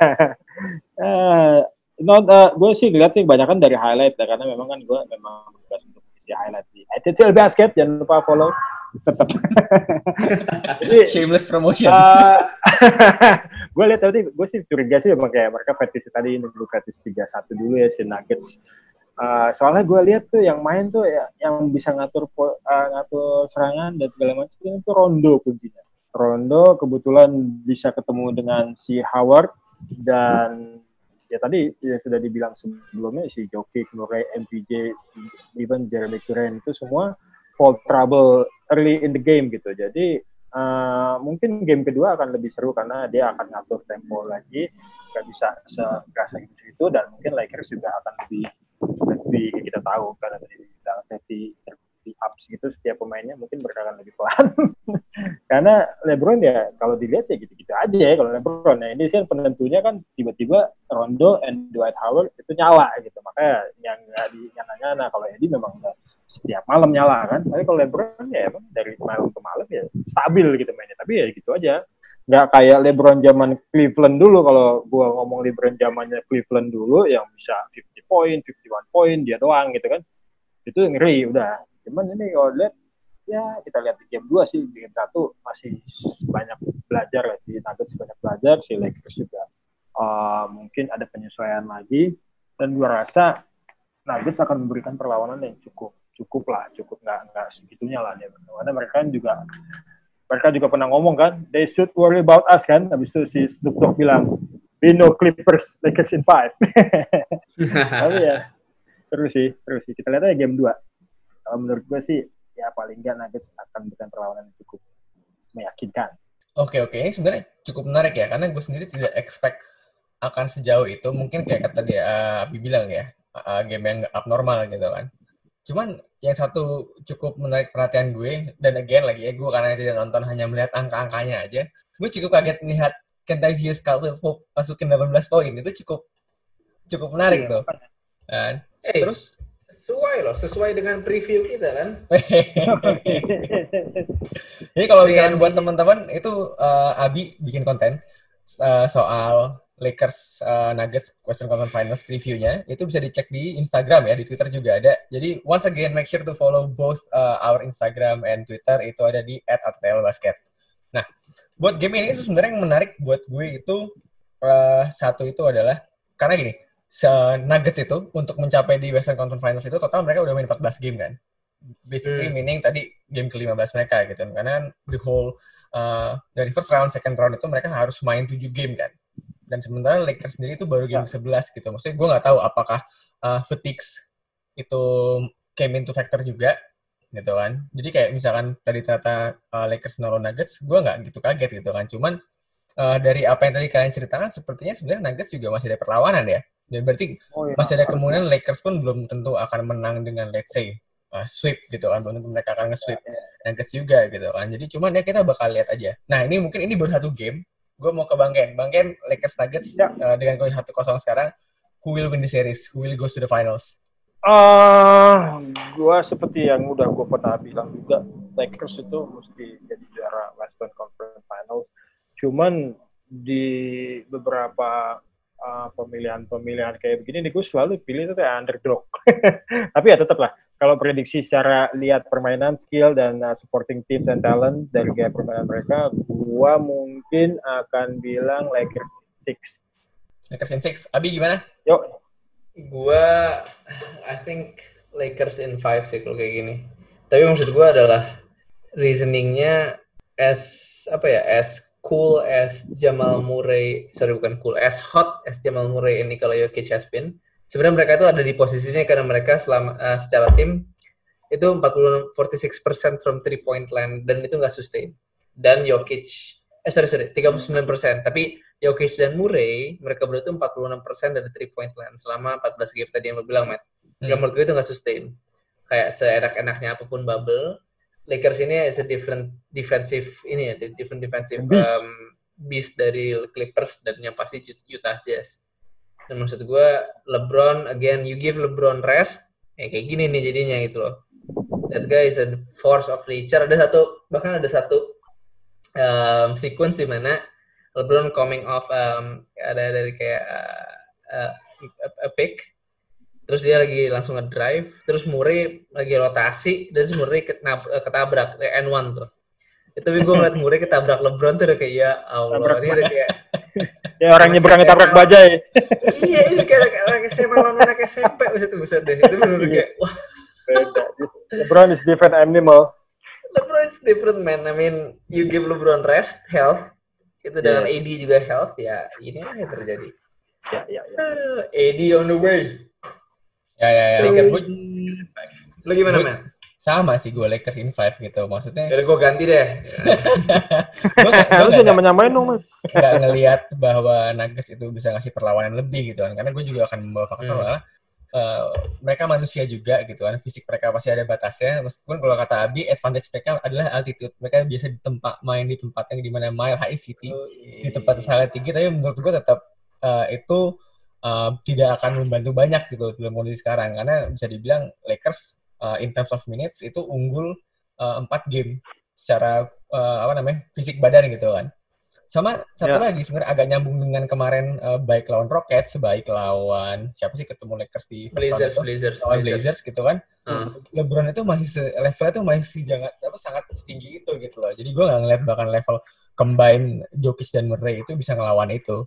uh, no, uh, gue sih ngeliat sih kebanyakan dari highlight ya, karena memang kan gue memang tugas untuk isi highlight di at T T L Basket, jangan lupa follow. Tetap. Shameless promotion. Uh, gue lihat tadi, gue sih curiga sih emang kayak mereka fetish tadi dulu fetish tiga satu dulu ya si Nuggets. Uh, soalnya gue lihat tuh yang main tuh ya, yang bisa ngatur uh, ngatur serangan dan segala macam itu Rondo kuncinya. Rondo kebetulan bisa ketemu dengan si Howard dan ya tadi yang sudah dibilang sebelumnya si Jokic, Murray, M P J, even Jeremy Grant itu semua fall trouble early in the game gitu. Jadi uh, mungkin game kedua akan lebih seru karena dia akan ngatur tempo lagi, nggak bisa sekerasa itu dan mungkin Lakers juga akan lebih lebih kita tahu karena tadi bilang safety di ups gitu setiap pemainnya mungkin mereka akan lebih pelan. Karena LeBron ya kalau dilihat ya gitu-gitu aja ya kalau LeBron. Nah ini kan penentunya kan tiba-tiba Rondo and Dwight Howard itu nyala gitu. Makanya yang nggak di nyala-nyala. Kalau Eddie memang udah setiap malam nyala kan. Tapi kalau LeBron ya emang dari malam ke malam ya stabil gitu mainnya. Tapi ya gitu aja. Nggak kayak LeBron zaman Cleveland dulu. Kalau gua ngomong LeBron zamannya Cleveland dulu yang bisa lima puluh poin, lima puluh satu poin dia doang gitu kan. Itu ngeri udah. Cuman ini kalau lihat ya kita lihat di game dua sih, di game satu masih banyak belajar ya, di Nuggets banyak belajar, si Lakers juga uh, mungkin ada penyesuaian lagi dan gua rasa Nuggets akan memberikan perlawanan yang cukup cukup lah, cukup nggak nggak segitunya lah ya. Karena mereka juga mereka juga pernah ngomong kan, they should worry about us kan, habis itu si Snoop Dogg bilang, we know Clippers, Lakers in five. Tapi ya terus sih, terus sih kita lihat aja game dua. Kalau menurut gue sih ya paling nggak Nuggets akan memberikan perlawanan yang cukup meyakinkan. Oke oke ini sebenarnya cukup menarik ya karena gue sendiri tidak expect akan sejauh itu. Mungkin kayak kata dia uh, Abi bilang ya uh, game yang abnormal gitu kan. Cuman yang satu cukup menarik perhatian gue dan again lagi ya gue karena tidak nonton hanya melihat angka-angkanya aja. Gue cukup kaget melihat Kentavious Caldwell Pope masukin delapan belas poin itu cukup cukup menarik iya, tuh. Dan hey. Terus sesuai loh, sesuai dengan preview kita kan. Jadi kalau misalkan buat teman-teman itu uh, Abi bikin konten uh, soal Lakers uh, Nuggets Western Conference Finals previewnya, itu bisa dicek di Instagram ya, di Twitter juga ada. Jadi once again make sure to follow both uh, our Instagram and Twitter, itu ada di at A T T L Basket. Nah, buat game ini itu sebenarnya yang menarik buat gue itu uh, satu itu adalah karena gini. Nuggets itu untuk mencapai di Western Conference Finals itu total mereka udah main empat belas game kan. Basically hmm. meaning tadi game ke lima belas mereka gitu kan. Karena the whole uh, dari first round, second round itu mereka harus main tujuh game kan. Dan sementara Lakers sendiri itu baru game ya. sebelas gitu. Maksudnya gue nggak tahu apakah uh, fatigue itu came into factor juga gitu kan. Jadi kayak misalkan tadi ternyata uh, Lakers menaruh Nuggets, gue nggak gitu kaget gitu kan. Cuman uh, dari apa yang tadi kalian ceritakan sepertinya sebenarnya Nuggets juga masih ada perlawanan ya. Dan berarti oh, iya. masih ada kemungkinan Lakers pun belum tentu akan menang dengan let's say uh, sweep gitu kan, belum tentu mereka akan nge-sweep ya, ya. Nuggets juga gitu kan. Jadi cuman ya kita bakal lihat aja. Nah ini mungkin ini baru satu game. Gue mau ke Bang Ken. Bang Ken, Lakers Nuggets ya. uh, dengan kondisi satu kosong sekarang, who will win the series? Who will go to the finals? Uh, gue seperti yang udah gue pernah bilang juga, Lakers itu mesti jadi juara Western Conference Finals. Cuman di beberapa Uh, pemilihan-pemilihan kayak begini nih gue selalu pilih itu kayak underdog. Tapi ya tetap lah kalau prediksi secara lihat permainan, skill dan uh, supporting teams and talent dari gaya permainan mereka, gue mungkin akan bilang Lakers in six. Lakers in six. Abi gimana? Yuk. Gue I think Lakers in five sih kalau kayak gini. Tapi maksud gue adalah reasoningnya as apa ya as cool as Jamal Murray, sorry bukan cool, as hot as Jamal Murray and Nikola Jokic has been. Sebenarnya mereka itu ada di posisinya karena mereka selama uh, secara tim itu empat puluh empat enam persen from three point line dan itu nggak sustain. Dan Jokic, eh sorry sorry, tiga puluh sembilan persen. Tapi Jokic dan Murray mereka berdua itu empat puluh enam persen dari three point line selama empat belas game tadi yang lo bilang, Matt. Hmm. Menurut gue itu nggak sustain. Kayak seenak-enaknya apapun bubble. Lakers ini is a different defensive ini ya, different defensive beast. Um, beast dari Clippers dan yang pasti Utah Jazz. Dan maksud gue LeBron again, you give LeBron rest, ya kayak gini nih jadinya gitu loh. That guy is a force of nature. Ada satu bahkan ada satu um, sequence di mana LeBron coming off um, ada dari kayak uh, uh, a pick, terus dia lagi langsung nge-drive, terus Murray lagi rotasi, dan terus Murray ketabrak, kayak N one tuh. Itu gue ngeliat Murray ketabrak LeBron tuh udah kayak, ya Allah, ini udah kayak... ya orang nyebrang ketabrak bajai. Iya, ini kayak orang S M A lawan anak S M P, buset, buset deh. Itu bener-bener kayak, wah. Beda. LeBron is different animal. LeBron is different, man. I mean, you give LeBron rest, health, itu dengan yeah. A D juga health, ya inilah yang terjadi. Ya, ya, ya. Uh, A D on the way. Ya, ya, ya. Lakers gue. Lu gimana, man? Sama sih gue Lakers in five gitu. Maksudnya. Yaudah gue ganti deh. Gue gue nyamain-nyamain dong, Mas. Gak ngelihat bahwa Nuggets itu bisa ngasih perlawanan lebih gitu kan. Karena gue juga akan membawa faktor hmm. lah. Uh, mereka manusia juga gitu kan. Fisik mereka pasti ada batasnya. Meskipun kalau kata Abi, advantage mereka adalah altitude. Mereka biasa di tempat main di tempat yang dimana Mile High City. Oh, iya. Di tempat sangat tinggi. Tapi menurut gue tetap uh, itu Uh, tidak akan membantu banyak gitu dalam kondisi sekarang karena bisa dibilang Lakers uh, in terms of minutes itu unggul uh, empat game secara uh, apa namanya fisik badan gitu kan. Sama satu yeah. lagi sebenarnya agak nyambung dengan kemarin uh, baik lawan Rockets, baik lawan siapa sih ketemu Lakers di Blazers, itu, Blazers, lawan Blazers. Blazers gitu kan. Hmm. LeBron itu masih se- levelnya tuh masih jangan apa sangat setinggi itu gitu loh. Jadi gue nggak ngeliat bahkan level combine Jokic dan Murray itu bisa ngelawan itu.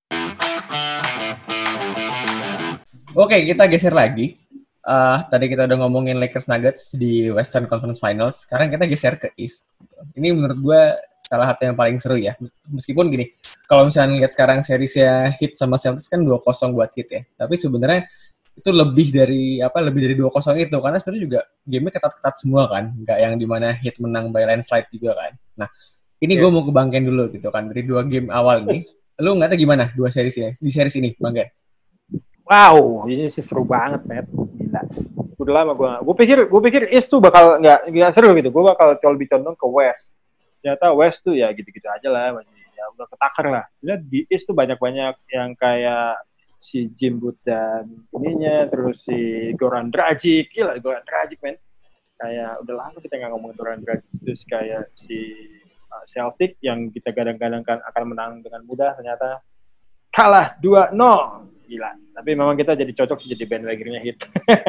Oke, kita geser lagi. Uh, tadi kita udah ngomongin Lakers Nuggets di Western Conference Finals. Sekarang kita geser ke East. Ini menurut gue salah satu yang paling seru ya. Meskipun gini, kalau misalnya lihat sekarang seriesnya Heat sama Celtics kan dua kosong buat Heat ya. Tapi sebenarnya itu lebih dari apa? Lebih dari dua kosong itu karena sebenarnya juga game-nya ketat-ketat semua kan. Nggak yang dimana Heat menang by landslide juga kan. Nah, ini yeah. gue mau ke Bang Ken dulu gitu kan. Dari dua game awal ini, lu ngeliatnya gimana dua series ini? Di series ini, Bang Ken? Wow, ini sih seru banget, Matt. Gila. Udah lama gue, gue pikir, gue pikir East tuh bakal nggak nggak seru gitu. Gue bakal lebih condong ke West. Ternyata West tuh ya gitu-gitu aja lah, masih ya udah ketakar lah. Lihat di East tuh banyak-banyak yang kayak si Jim Butler dan ininya, terus si Goran Dragic, gila Goran Dragic, men. Kayak udah lama kita nggak ngomongin Goran Dragic, terus kayak si uh, Celtic yang kita gadang-gadangkan akan menang dengan mudah, ternyata kalah dua nol. Gila, tapi memang kita jadi cocok jadi bandwagon-nya Heat.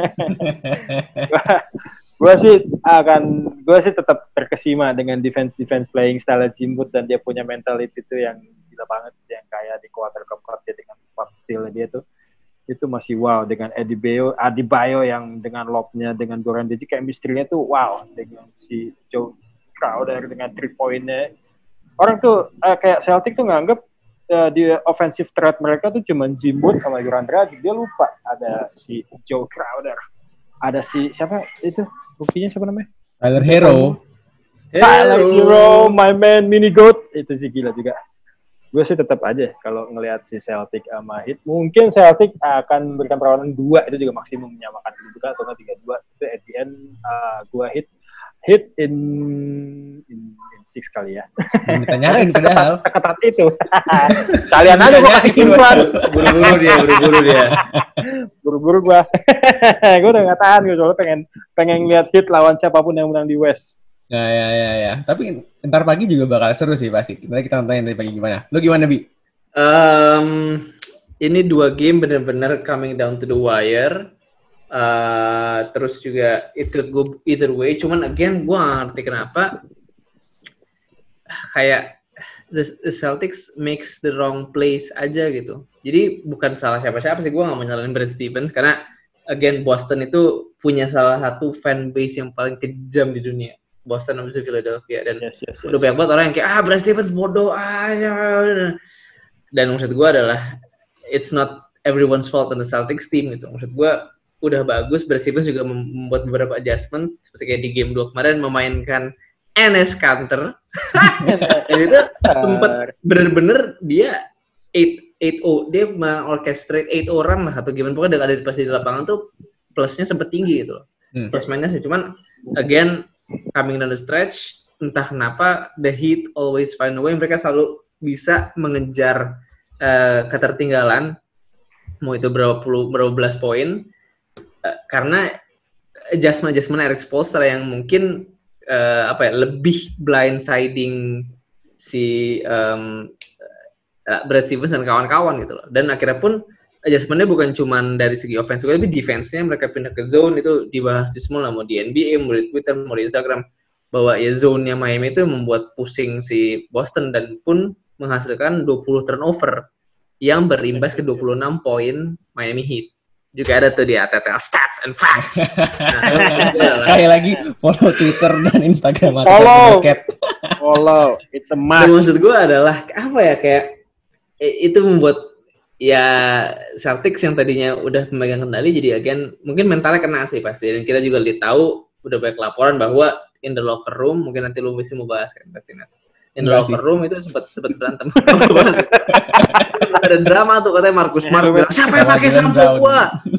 Gue sih akan, gue sih tetap terkesima dengan defense-defense playing style Jim Butler dan dia punya mentality itu yang gila banget, yang kayak di quarter keempat dia dengan empat steal dia tuh, itu masih wow dengan Adebayo, Adebayo yang dengan lob-nya dengan Goran Dragic chemistry-nya tuh wow, dengan si Joe Crowder dengan three point-nya. Orang tuh uh, kayak Celtic tuh nganggep Uh, di offensive threat mereka tuh cuma Jim Butler sama Goran Dragic. Dia lupa ada si Joe Crowder, ada si siapa itu buktinya siapa namanya? Tyler Hero. Tyler Hero, my man Mini Goat itu sih gila juga. Gue sih tetap aja kalau ngelihat si Celtic sama Heat, mungkin Celtic akan berikan perlawanan dua itu juga maksimum menyamakan kedudukan atau tiga dua itu at the end uh, gue Heat Hit in in, in six kali ya. Ditanyain padahal. Ketat itu. Kalian aja gue kasih simpan. Buru-buru dia, buru-buru dia. Buru-buru gue. Gue udah nggak tahan, gue soalnya pengen pengen lihat Hit lawan siapapun yang menang di West. Ya ya ya ya. Tapi ntar pagi juga bakal seru sih pasti. Nanti kita nontonin dari pagi gimana. Lu gimana Bi? Um, ini dua game benar-benar coming down to the wire. Uh, terus juga it could go either way, cuman again gue gak ngerti kenapa kayak the, the Celtics makes the wrong plays aja gitu. Jadi bukan salah siapa-siapa sih, gue gak mau nyalain Brad Stevens karena again Boston itu punya salah satu fan base yang paling kejam di dunia, Boston sama Philadelphia, dan yes, yes, yes. udah banyak banget orang yang kayak ah Brad Stevens bodoh aja, dan maksud gue adalah it's not everyone's fault on the Celtics team gitu. Maksud gue udah bagus, Brad Stevens juga membuat beberapa adjustment seperti kayak di game dua kemarin memainkan Enes Kanter. Dan itu tempat bener-bener dia eight oh, dia orchestrate eight oh run lah atau gimana, pokoknya ada di pas di lapangan tuh plusnya sempet tinggi gitu loh. Hmm. Plus minusnya cuman again coming down the stretch entah kenapa the Heat always find a way, mereka selalu bisa mengejar uh, ketertinggalan mau itu berapa puluh berapa belas poin. Uh, karena adjustment-adjustment Eric Spoelstra yang mungkin uh, apa ya lebih blindsiding si um, uh, Brad Stevens dan kawan-kawan gitu loh. Dan akhirnya pun adjustment-nya bukan cuman dari segi offense, tapi defense-nya mereka pindah ke zone itu dibahas di semua lah, mau di N B A, mau di Twitter, mau di Instagram, bahwa ya zone-nya Miami itu membuat pusing si Boston dan pun menghasilkan dua puluh turnover yang berimbas ke dua puluh enam poin Miami Heat. Juga ada tuh di A T T L Stats and Facts. Nah, sekali lagi follow Twitter dan Instagram A T T L Basket. Follow, it's a must. Dan maksud gue adalah apa ya, kayak itu membuat ya Celtics yang tadinya udah memegang kendali jadi again mungkin mentalnya kena sih pasti, dan kita juga lihat tahu udah banyak laporan bahwa in the locker room, mungkin nanti lu bisa mau bahas kan pasti nanti in the locker room itu sempat sempat berantem. Ada drama tuh katanya Marcus Smart bilang siapa yang pakai sampo gua.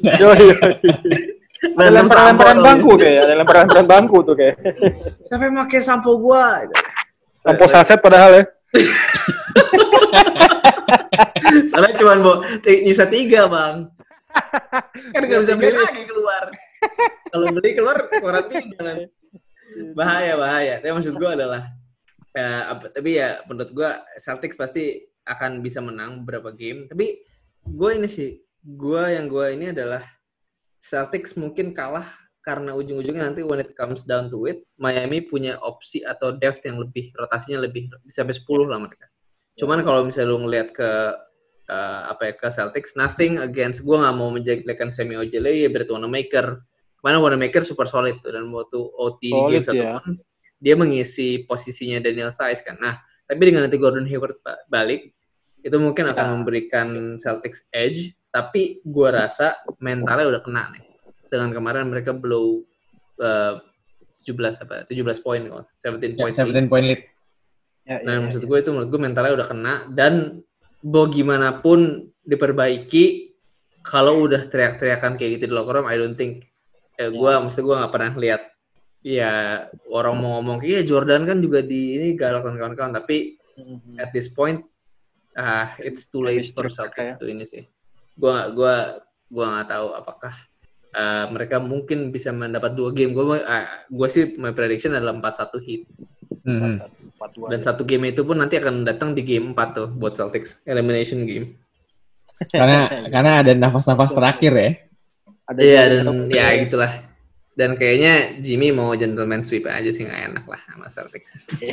Ada lemparan-lemparan bangku kayak, ada lemparan-lemparan bangku tuh kayak. Siapa yang pakai sampo gua? Sampo saset padahal ya. Soalnya cuma mau nyisa tiga bang, kan nggak bisa beli lagi keluar. Kalau beli keluar keluaran tiga, bahaya bahaya. Tapi maksud gue adalah, ya, apa, tapi ya menurut gue Celtics pasti akan bisa menang beberapa game. Tapi gue ini sih, gue yang gue ini adalah Celtics mungkin kalah karena ujung-ujungnya nanti when it comes down to it, Miami punya opsi atau depth yang lebih, rotasinya lebih bisa sampai sepuluh lah mereka. Cuman kalau misalnya lu ngelihat ke uh, apa ya ke Celtics, nothing against, gue nggak mau menjelekkan Semi Ojeleye, Brett Wanamaker. Mana Wanamaker super solid tuh, dan waktu O T di game satu ya. Pun dia mengisi posisinya Daniel Theis kan. Nah, tapi dengan nanti Gordon Hayward balik, itu mungkin akan ya. memberikan Celtics edge. Tapi gue rasa mentalnya udah kena nih. Dengan kemarin mereka blow uh, tujuh belas apa? tujuh belas poin kok, tujuh belas point lead. Ya, nah, ya, maksud gue itu menurut gue mentalnya udah kena, dan mau gimana pun diperbaiki, kalau udah teriak-teriakan kayak gitu di locker room, I don't think, ya gue, ya. maksud gue nggak pernah lihat, ya orang mau ngomong, iya Jordan kan juga di ini galak dan kawan-kawan, tapi mm-hmm. at this point, uh, it's too late for Celtics to ini sih. Gue gue gue nggak tahu apakah uh, mereka mungkin bisa mendapat dua game. Gue uh, gue sih my prediction adalah empat satu Heat. Mm-hmm. Dan satu game itu pun nanti akan datang di game empat tuh buat Celtics, elimination game. Karena karena ada nafas-nafas terakhir ya. Ada iya dan ya gitulah. Dan kayaknya Jimmy mau gentleman sweep aja sih, nggak enak lah sama Celtics.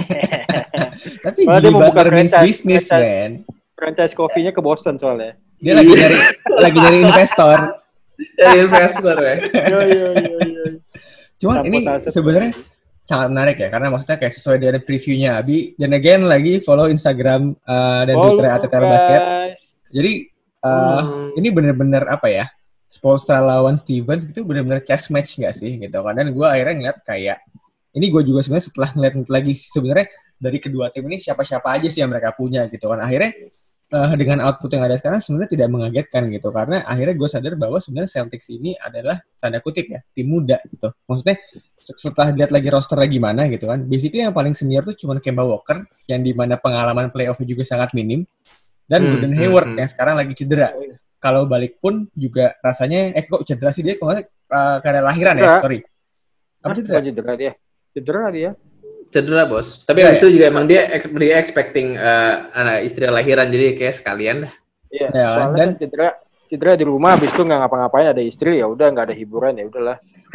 Tapi Jimmy Butler means business, man. Franchise coffee-nya ke Boston soalnya. Dia lagi nyari lagi nyari investor. Nyari investor ya. Yo yo yo yo. Cuman ini sebenarnya sangat menarik ya, karena maksudnya kayak sesuai dari previewnya Abi, dan again lagi follow Instagram uh, dan Twitter A T T L Basket. Jadi uh, hmm. ini benar-benar apa ya, Spoelstra lawan Stevens gitu benar-benar chess match nggak sih gitu kan. Dan gue akhirnya ngeliat kayak ini, gue juga sebenarnya setelah ngeliat lagi sebenarnya dari kedua tim ini siapa-siapa aja sih yang mereka punya gitu kan. Akhirnya uh, dengan output yang ada sekarang sebenarnya tidak mengagetkan gitu, karena akhirnya gue sadar bahwa sebenarnya Celtics ini adalah tanda kutip ya tim muda gitu. Maksudnya setelah lihat lagi rosternya gimana gitu kan, basically yang paling senior tuh cuma Kemba Walker yang dimana pengalaman playoff-nya juga sangat minim, dan hmm, Gordon Hayward hmm, yang sekarang lagi cedera. Kalau balik pun juga rasanya eh kok cedera sih dia, kok nggak uh, karena lahiran cedera. ya sorry apa cedera? cedera dia cedera dia cedera bos, tapi ya, abis ya. itu juga emang dia dia expecting uh, anak istri lahiran, jadi kayak sekalian dah. Iya, ya, dan kan cedera cedera di rumah, habis itu nggak ngapa-ngapain, ada istri, ya udah nggak ada hiburan, ya udahlah.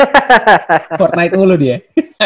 Fortnite mulu dia.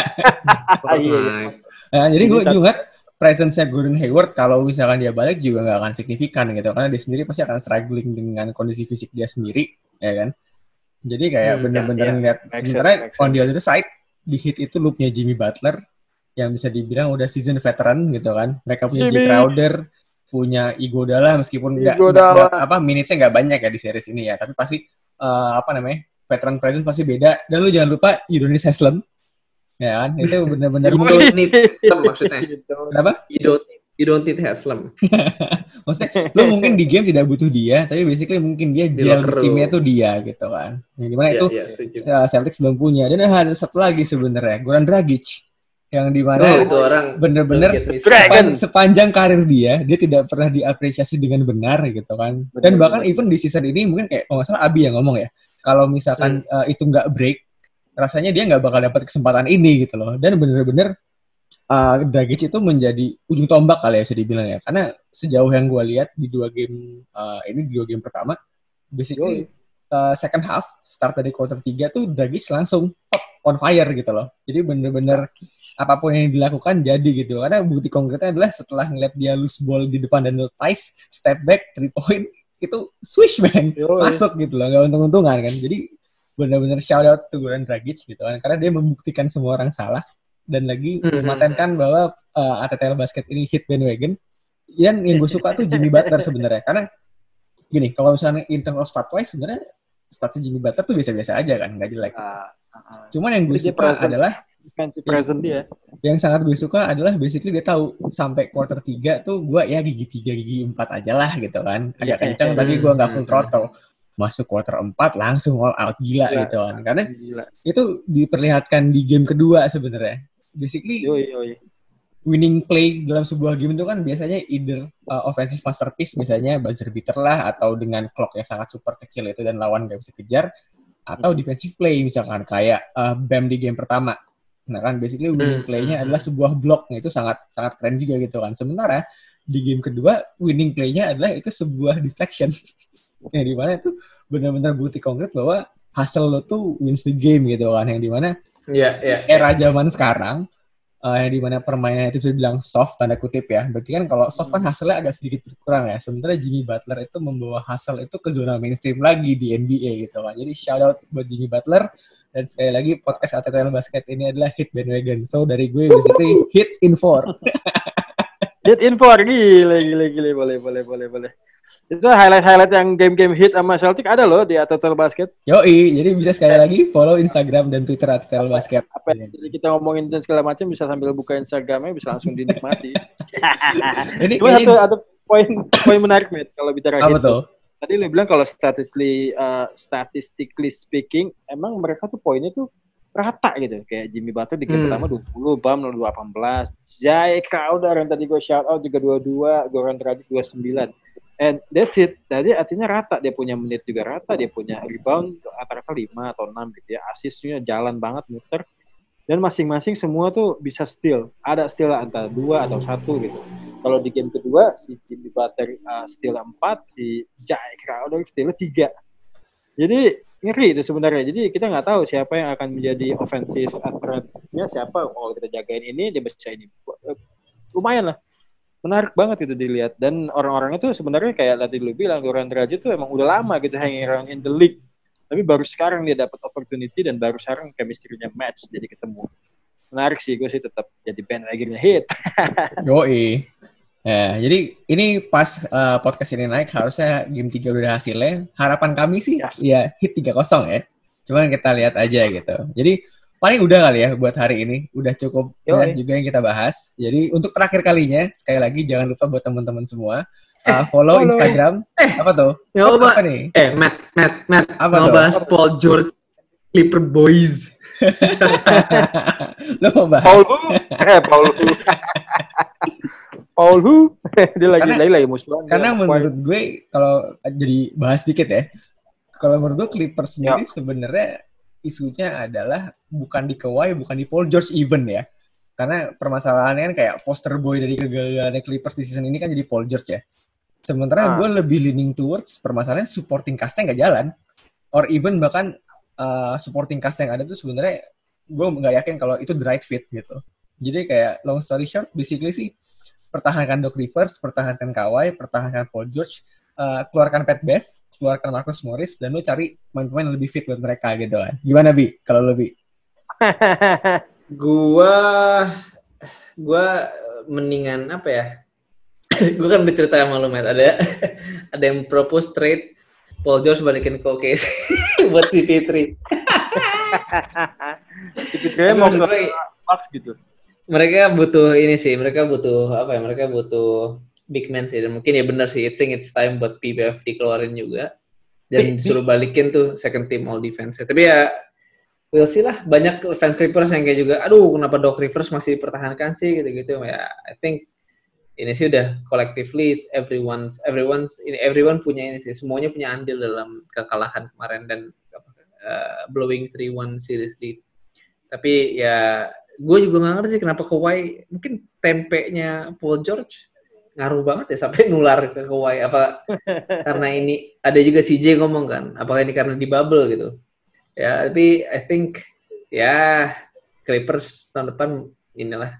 Fortnite. Nah, jadi gue juga presence-nya Gordon Hayward kalau misalkan dia balik juga nggak akan signifikan gitu, karena dia sendiri pasti akan struggling dengan kondisi fisik dia sendiri, ya kan. Jadi kayak hmm, bener-bener ya, ngeliat ya. Sementara on the other side di Heat itu loopnya Jimmy Butler yang bisa dibilang udah season veteran gitu kan. Mereka punya Jimmy. J. Crowder, punya Iguodala, meskipun nggak apa minitesnya nggak banyak ya di series ini ya, tapi pasti uh, apa namanya veteran presence pasti beda. Dan lu jangan lupa Udonis Haslem, ya kan, itu benar-benar you don't need Haslem maksudnya. Kenapa? You don't you don't need Haslem. Maksudnya lu mungkin di game tidak butuh dia, tapi basically mungkin dia gel di timnya tuh dia gitu kan. Yang dimana yeah, itu yeah, Celtics belum punya. Dan ada satu lagi sebenarnya, Goran Dragic, yang dimana oh, itu orang bener-bener sepan, sepanjang karir dia, dia tidak pernah diapresiasi dengan benar gitu kan. Bener, dan bahkan bener. even di season ini mungkin kayak kalau nggak salah Abi yang ngomong ya, kalau misalkan hmm. uh, itu nggak break, rasanya dia nggak bakal dapat kesempatan ini gitu loh. Dan bener-bener uh, Dragic itu menjadi ujung tombak kali ya bisa dibilang ya, karena sejauh yang gue lihat di dua game uh, ini di dua game pertama, basically uh, second half start dari quarter tiga tuh Dragic langsung pop on fire gitu loh. Jadi bener-bener apapun yang dilakukan jadi gitu. Karena bukti konkretnya adalah setelah ngeliat dia loose ball di depan Daniel Tice, step back, three point, itu swish man, Yoi. masuk gitu loh, gak untung-untungan kan. Jadi bener-bener shout out to Goran Dragic gitu kan. Karena dia membuktikan semua orang salah dan lagi mm-hmm. mematenkan bahwa uh, A T T L Basket ini hit bandwagon. Dan yang gue suka tuh Jimmy Butler sebenarnya. Karena gini, kalau misalnya in terms of stat-wise sebenarnya statsnya Jimmy Butler tuh biasa-biasa aja kan, nggak jelek. Uh, uh, Cuman yang gue suka present, adalah present dia. Yang sangat gue suka adalah basically dia tahu sampai quarter tiga tuh gue ya gigi tiga, gigi empat aja lah gitu kan. Agak yeah, kencang yeah, tapi gue nggak full throttle. Masuk quarter empat langsung all out gila yeah, gitu kan. Karena gila. Itu diperlihatkan di game kedua sebenarnya. Basically yoi, yoi. Winning play dalam sebuah game itu kan biasanya either uh, offensive masterpiece, misalnya buzzer beater lah, atau dengan clock yang sangat super kecil itu dan lawan gak bisa kejar, atau defensive play misalkan kayak uh, Bam di game pertama. Nah kan basically winning play-nya adalah sebuah block, nah, itu sangat sangat keren juga gitu kan. Sementara di game kedua winning play-nya adalah itu sebuah deflection. Yang dimana itu benar-benar bukti konkret bahwa hustle lo tuh wins the game gitu kan. Yang dimana yeah, yeah, era zaman sekarang Uh, yang dimana permainan itu bisa dibilang soft, tanda kutip ya. Berarti kan kalau soft kan hasilnya agak sedikit berkurang ya. Sementara Jimmy Butler itu membawa hasil itu ke zona mainstream lagi di N B A gitu kan. Jadi shout out buat Jimmy Butler. Dan sekali lagi podcast A T T L Basket ini adalah hit bandwagon. So dari gue basically hit in four. Hit in four, gila, gila, gila. Boleh, boleh, boleh, boleh. Itu highlight-highlight yang game-game hit sama Celtic ada loh di A T T L Basket. Yoi, jadi bisa sekali lagi follow Instagram dan Twitter A T T L Basket. Apa, apa jadi kita ngomongin dan segala macam bisa sambil buka Instagramnya bisa langsung dinikmati. Ini cuma kayaknya... satu, satu poin poin menarik Matt kalau bicara apa gitu. Tuh? Tadi lu bilang kalau statistically uh, statistically speaking emang mereka tuh poinnya tuh rata gitu. Kayak Jimmy Butler di game hmm. pertama dua puluh, Bam delapan belas, Jay Crowder yang tadi gue shout out juga dua puluh dua, Goran Dragic dua puluh sembilan. And that's it. Jadi artinya rata, dia punya menit juga rata, dia punya rebound rata-rata lima atau enam gitu ya. Asisnya jalan banget muter. Dan masing-masing semua tuh bisa steal. Ada steal antara dua atau satu gitu. Kalau di game kedua si Jimmy Butler uh, steal empat, si Jay Crowder steal tiga. Jadi ngeri itu sebenarnya. Jadi kita nggak tahu siapa yang akan menjadi offensive threat-nya siapa. Kalau kita jagain ini dia bisa ini. Lumayan lah. Menarik banget itu dilihat. Dan orang-orangnya tuh sebenarnya kayak tadi lu bilang, Goran Dragic tuh emang udah lama gitu hanging around in the league. Tapi baru sekarang dia dapat opportunity dan baru sekarang chemistry-nya match jadi ketemu. Menarik sih, gue sih tetap jadi bandwagon hit. Yoi. Ya, jadi ini pas uh, podcast ini naik harusnya game tiga udah ada hasilnya. Harapan kami sih yes. ya hit tiga kosong ya. Cuma kita lihat aja gitu. Jadi paling udah kali ya buat hari ini. Udah cukup banyak juga yang kita bahas. Jadi untuk terakhir kalinya, sekali lagi jangan lupa buat teman-teman semua uh, follow, follow Instagram. Eh, apa tuh? Apa, apa nih? Eh, Matt, Matt, Matt. Apa mau tuh? Bahas Paul George Clipper Boys. Lo mau bahas? Paul Hu? Eh, Paul Hu. Paul Hu? Dia lagi karena, lagi lagi musuh. Karena menurut gue kalau jadi bahas dikit ya. Kalau menurut gue Clippers sendiri ya. Sebenarnya isunya adalah bukan di Kawhi, bukan di Paul George even ya. Karena permasalahannya kan kayak poster boy dari kegagalan Clippers di season ini kan jadi Paul George ya. Sementara ah. gue lebih leaning towards permasalahan supporting cast-nya nggak jalan. Or even bahkan uh, supporting cast yang ada tuh sebenarnya gue nggak yakin kalau itu the right fit gitu. Jadi kayak long story short, basically sih pertahankan Doc Rivers, pertahankan Kawhi, pertahankan Paul George, uh, keluarkan Pat Bev, keluarkan Marcus Morris, dan lu cari pemain-pemain yang lebih fit buat mereka gitu kan. Gimana Bi? Kalau lebih? gua, gua mendingan apa ya? Gua kan bercerita sama lu, Matt. Ada, ada yang propose trade Paul George balikin ke O K C buat C P three. C P three mau ke Bucks gitu. Mereka butuh ini sih, mereka butuh apa ya? Mereka butuh big man sih. Dan mungkin ya benar sih, I think it's time buat P B F dikeluarin juga. Dan disuruh balikin tuh second team all defense. Tapi ya, we'll see lah. Banyak fans Clippers yang kayak juga, aduh kenapa Doc Rivers masih dipertahankan sih, gitu-gitu. Ya, I think ini sih udah collectively everyone's everyone's ini everyone punya ini sih, semuanya punya andil dalam kekalahan kemarin dan uh, blowing three one series lead. Tapi ya gue juga nggak ngerti sih kenapa Kawhi mungkin tempenya Paul George ngaruh banget ya sampai nular ke Kawhi apa karena ini ada juga C J ngomong kan apakah ini karena di bubble gitu ya tapi I think ya Clippers tahun depan inilah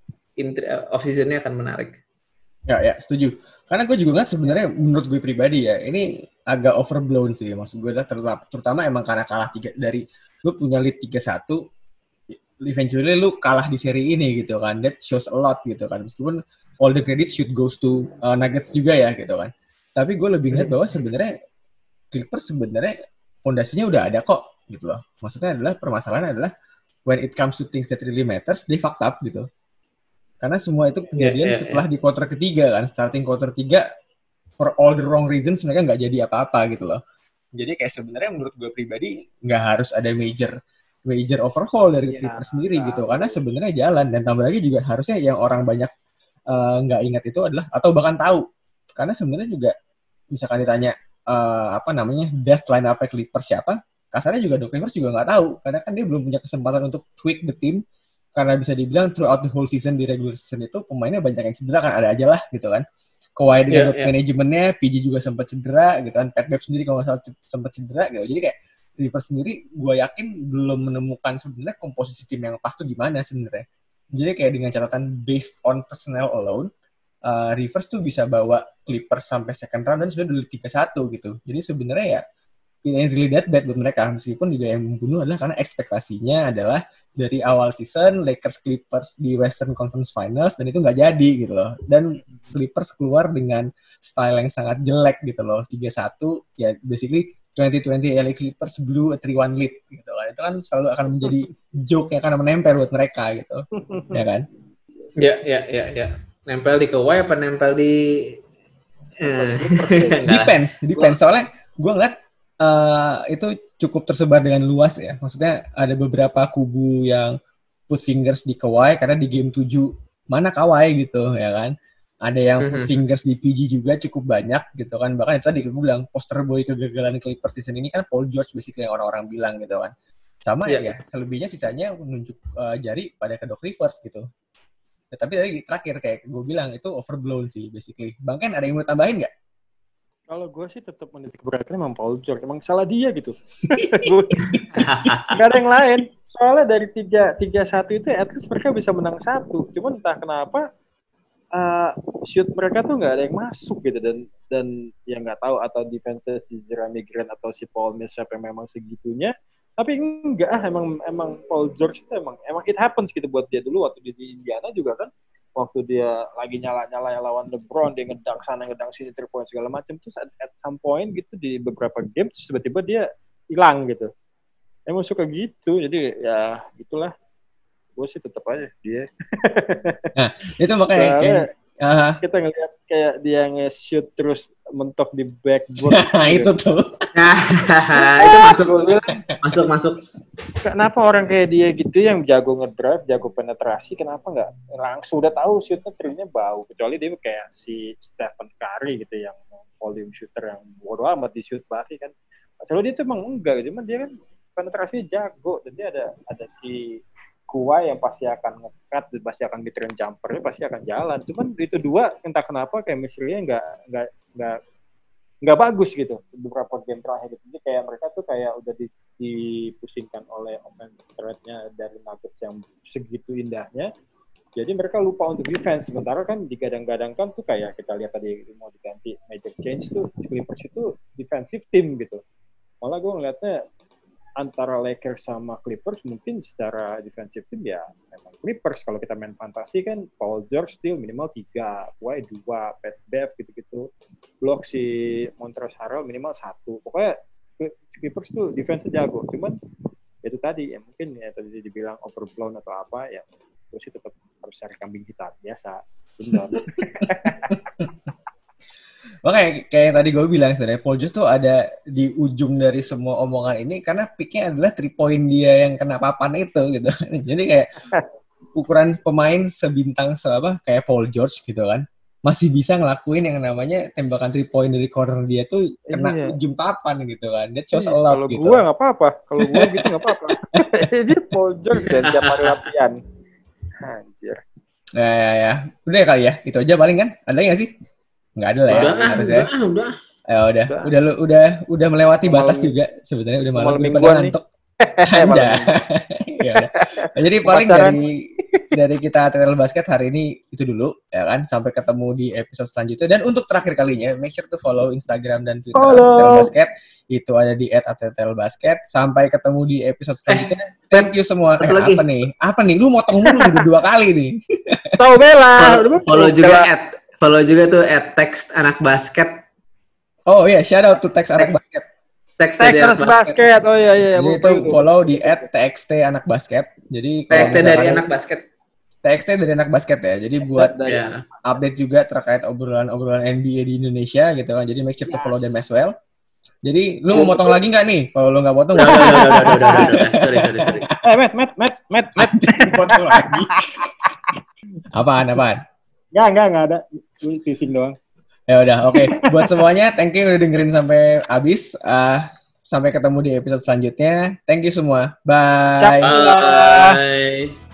off seasonnya akan menarik. Ya ya setuju karena gue juga ngeliat sebenarnya menurut gue pribadi ya ini agak overblown sih maksud gue adalah terutama, terutama emang karena kalah tiga dari lu punya lead tiga satu eventually lu kalah di seri ini gitu kan that shows a lot gitu kan meskipun all the credit should goes to uh, Nuggets juga ya gitu kan. Tapi gue lebih ngeliat bahwa sebenarnya Clippers sebenarnya fondasinya udah ada kok gitu loh. Maksudnya adalah permasalahan adalah when it comes to things that really matters, they fucked up gitu. Karena semua itu kejadian yeah, yeah, setelah yeah. di quarter ketiga kan, starting quarter tiga for all the wrong reasons mereka nggak jadi apa-apa gitu loh. Jadi kayak sebenarnya menurut gue pribadi nggak harus ada major major overhaul dari yeah, Clippers sendiri nah, gitu. Karena sebenarnya jalan dan tambah lagi juga harusnya yang orang banyak nggak uh, ingat itu adalah atau bahkan tahu karena sebenarnya juga misalkan ditanya uh, apa namanya death line up Clippers siapa kasarnya juga Doc Rivers juga nggak tahu karena kan dia belum punya kesempatan untuk tweak the team karena bisa dibilang throughout the whole season di regular season itu pemainnya banyak yang cedera kan ada aja lah gitu kan Kawhi dengan yeah, yeah. manajemennya P G juga sempat cedera gitu kan Pat Bev sendiri kalau nggak salah sempat cedera gitu jadi kayak Rivers sendiri gue yakin belum menemukan sebenarnya komposisi tim yang pas tuh gimana sebenarnya. Jadi kayak dengan catatan based on personnel alone, uh, Rivers tuh bisa bawa Clippers sampai second round dan sudah dulu tiga satu gitu. Jadi sebenarnya ya ini really that bad buat mereka. Meskipun juga yang membunuh adalah karena ekspektasinya adalah dari awal season Lakers Clippers di Western Conference Finals dan itu nggak jadi gitu loh. Dan Clippers keluar dengan style yang sangat jelek gitu loh. tiga satu ya basically dua ribu dua puluh L A Clippers blew a three one lead gitu kan. Itu kan selalu akan menjadi joke yang akan menempel buat mereka gitu. Ya kan? Ya, ya, ya, ya. Nempel di Kawhi apa nempel di eh depends, depends. Soalnya gue ngeliat uh, itu cukup tersebar dengan luas ya. Maksudnya ada beberapa kubu yang put fingers di Kawhi karena di game tujuh mana Kawhi gitu ya kan. Ada yang put fingers di P G juga cukup banyak gitu kan. Bahkan itu tadi gue bilang poster boy kegagalan Clippers season ini kan Paul George basically yang orang-orang bilang gitu kan. Sama yeah. ya selebihnya sisanya menunjuk uh, jari pada ke Doc Rivers gitu. Ya, tapi tadi terakhir kayak gue bilang itu overblown sih basically. Bang Ken ada yang mau tambahin nggak? Kalau gue sih tetap menitik beratkan emang Paul George. Emang salah dia gitu. Gak ada yang lain. Soalnya dari tiga tiga satu itu at least mereka bisa menang satu. Cuman entah kenapa Uh, shoot mereka tuh nggak ada yang masuk gitu dan dan yang nggak tahu atau defense si Jeremy Grant atau si Paul Millsap yang memang segitunya tapi enggak ah emang emang Paul George itu emang emang it happens gitu buat dia dulu waktu dia di Indiana juga kan waktu dia lagi nyala-nyala yang lawan LeBron dia ngedang sana ngedang sini three point segala macam terus at, at some point gitu di beberapa game terus tiba-tiba dia hilang gitu emang suka gitu jadi ya gitulah gue sih tetap aja dia. Nah, itu makanya kayak, uh, kita ngeliat kayak dia nge-shoot terus mentok di backboard. Nah, itu tuh. Nah, itu masuk masuk masuk. Kenapa orang kayak dia gitu yang jago ngedrive, jago penetrasi, kenapa nggak langsung udah tahu shootnya three-nya bau. Kecuali dia kayak si Stephen Curry gitu yang volume shooter yang bodo amat di shoot basket kan. Soalnya dia tuh emang enggak, cuman dia kan penetrasinya jago dan dia ada ada si Kawhi yang pasti akan nge-cut dan pasti akan mid-range jumper-nya pasti akan jalan. Cuman itu dua entah kenapa kayak chemistry-nya nggak nggak nggak nggak bagus gitu beberapa game terakhir. Jadi kayak mereka tuh kayak udah dipusingkan oleh offensive threat-nya dari Nuggets yang segitu indahnya. Jadi mereka lupa untuk defense. Sementara kan digadang-gadangkan tuh kayak kita lihat tadi mau diganti major change tuh Clippers itu defensive team gitu. Malah gue ngeliatnya antara Lakers sama Clippers mungkin secara defensive team ya memang Clippers. Kalau kita main fantasi kan Paul George still minimal tiga, Kawhi dua, Pat Bev gitu-gitu. Blok si Montrezl Harrell minimal satu. Pokoknya Clippers tuh defense-nya jago. Cuman itu tadi ya mungkin ya tadi dibilang overblown atau apa ya terus tetap harus cari kambing hitam biasa. Benar. Makanya kayak yang tadi gue bilang sebenarnya Paul George tuh ada di ujung dari semua omongan ini karena picknya adalah three point dia yang kena papan itu gitu. Jadi kayak ukuran pemain sebintang apa kayak Paul George gitu kan masih bisa ngelakuin yang namanya tembakan three point dari corner dia tuh kena iya. ujung papan gitu kan. That shows iya, a lot kalau gitu. Kalau gue nggak apa-apa, kalau gue gitu nggak apa-apa. Ini Paul George dan tiap hari latihan. Anjir. Ya, ya, ya. Udah ya kali ya. Itu aja paling kan? Ada nggak sih? Nggak ada lah ya. Udah, harusnya. udah, udah. Ya udah, udah, udah, udah, udah melewati malam, batas juga sebenarnya udah malam, udah pada ngantuk. Anja. Ya udah. Nah, jadi paling Pacaran. dari dari kita A T T L Basket hari ini itu dulu ya kan, sampai ketemu di episode selanjutnya. Dan untuk terakhir kalinya make sure to follow Instagram dan Twitter A T T L Basket, itu ada di et A T T L Basket. Sampai ketemu di episode selanjutnya. Eh, thank you semua. Eh, apa nih? Apa nih? Lu motong mulu udah dua kali nih. Tahu bela. Follow, follow juga at follow juga tuh at text anak basket. Oh iya, shout out to text anak basket. Text anak basket. Oh iya iya. Jadi itu follow di at txt anak basket. Jadi kalau txt dari anak basket. Txt dari anak basket ya. Jadi buat ya. update juga terkait obrolan-obrolan N B A di Indonesia gitu kan. Jadi make sure to follow them as well. Jadi lu mau motong lagi nggak nih? Kalau lu nggak potong, udah, udah, udah, udah, udah, udah. Sorry, sorry, sorry. Eh, Matt, Matt, Matt, Matt, Matt. Potong lagi. Apaan, apaan? Nggak, nggak, nggak ada. Teasing doang. Ya udah, oke. Okay. Buat semuanya, thank you udah dengerin sampai habis. Uh, sampai ketemu di episode selanjutnya. Thank you semua. Bye. Bye.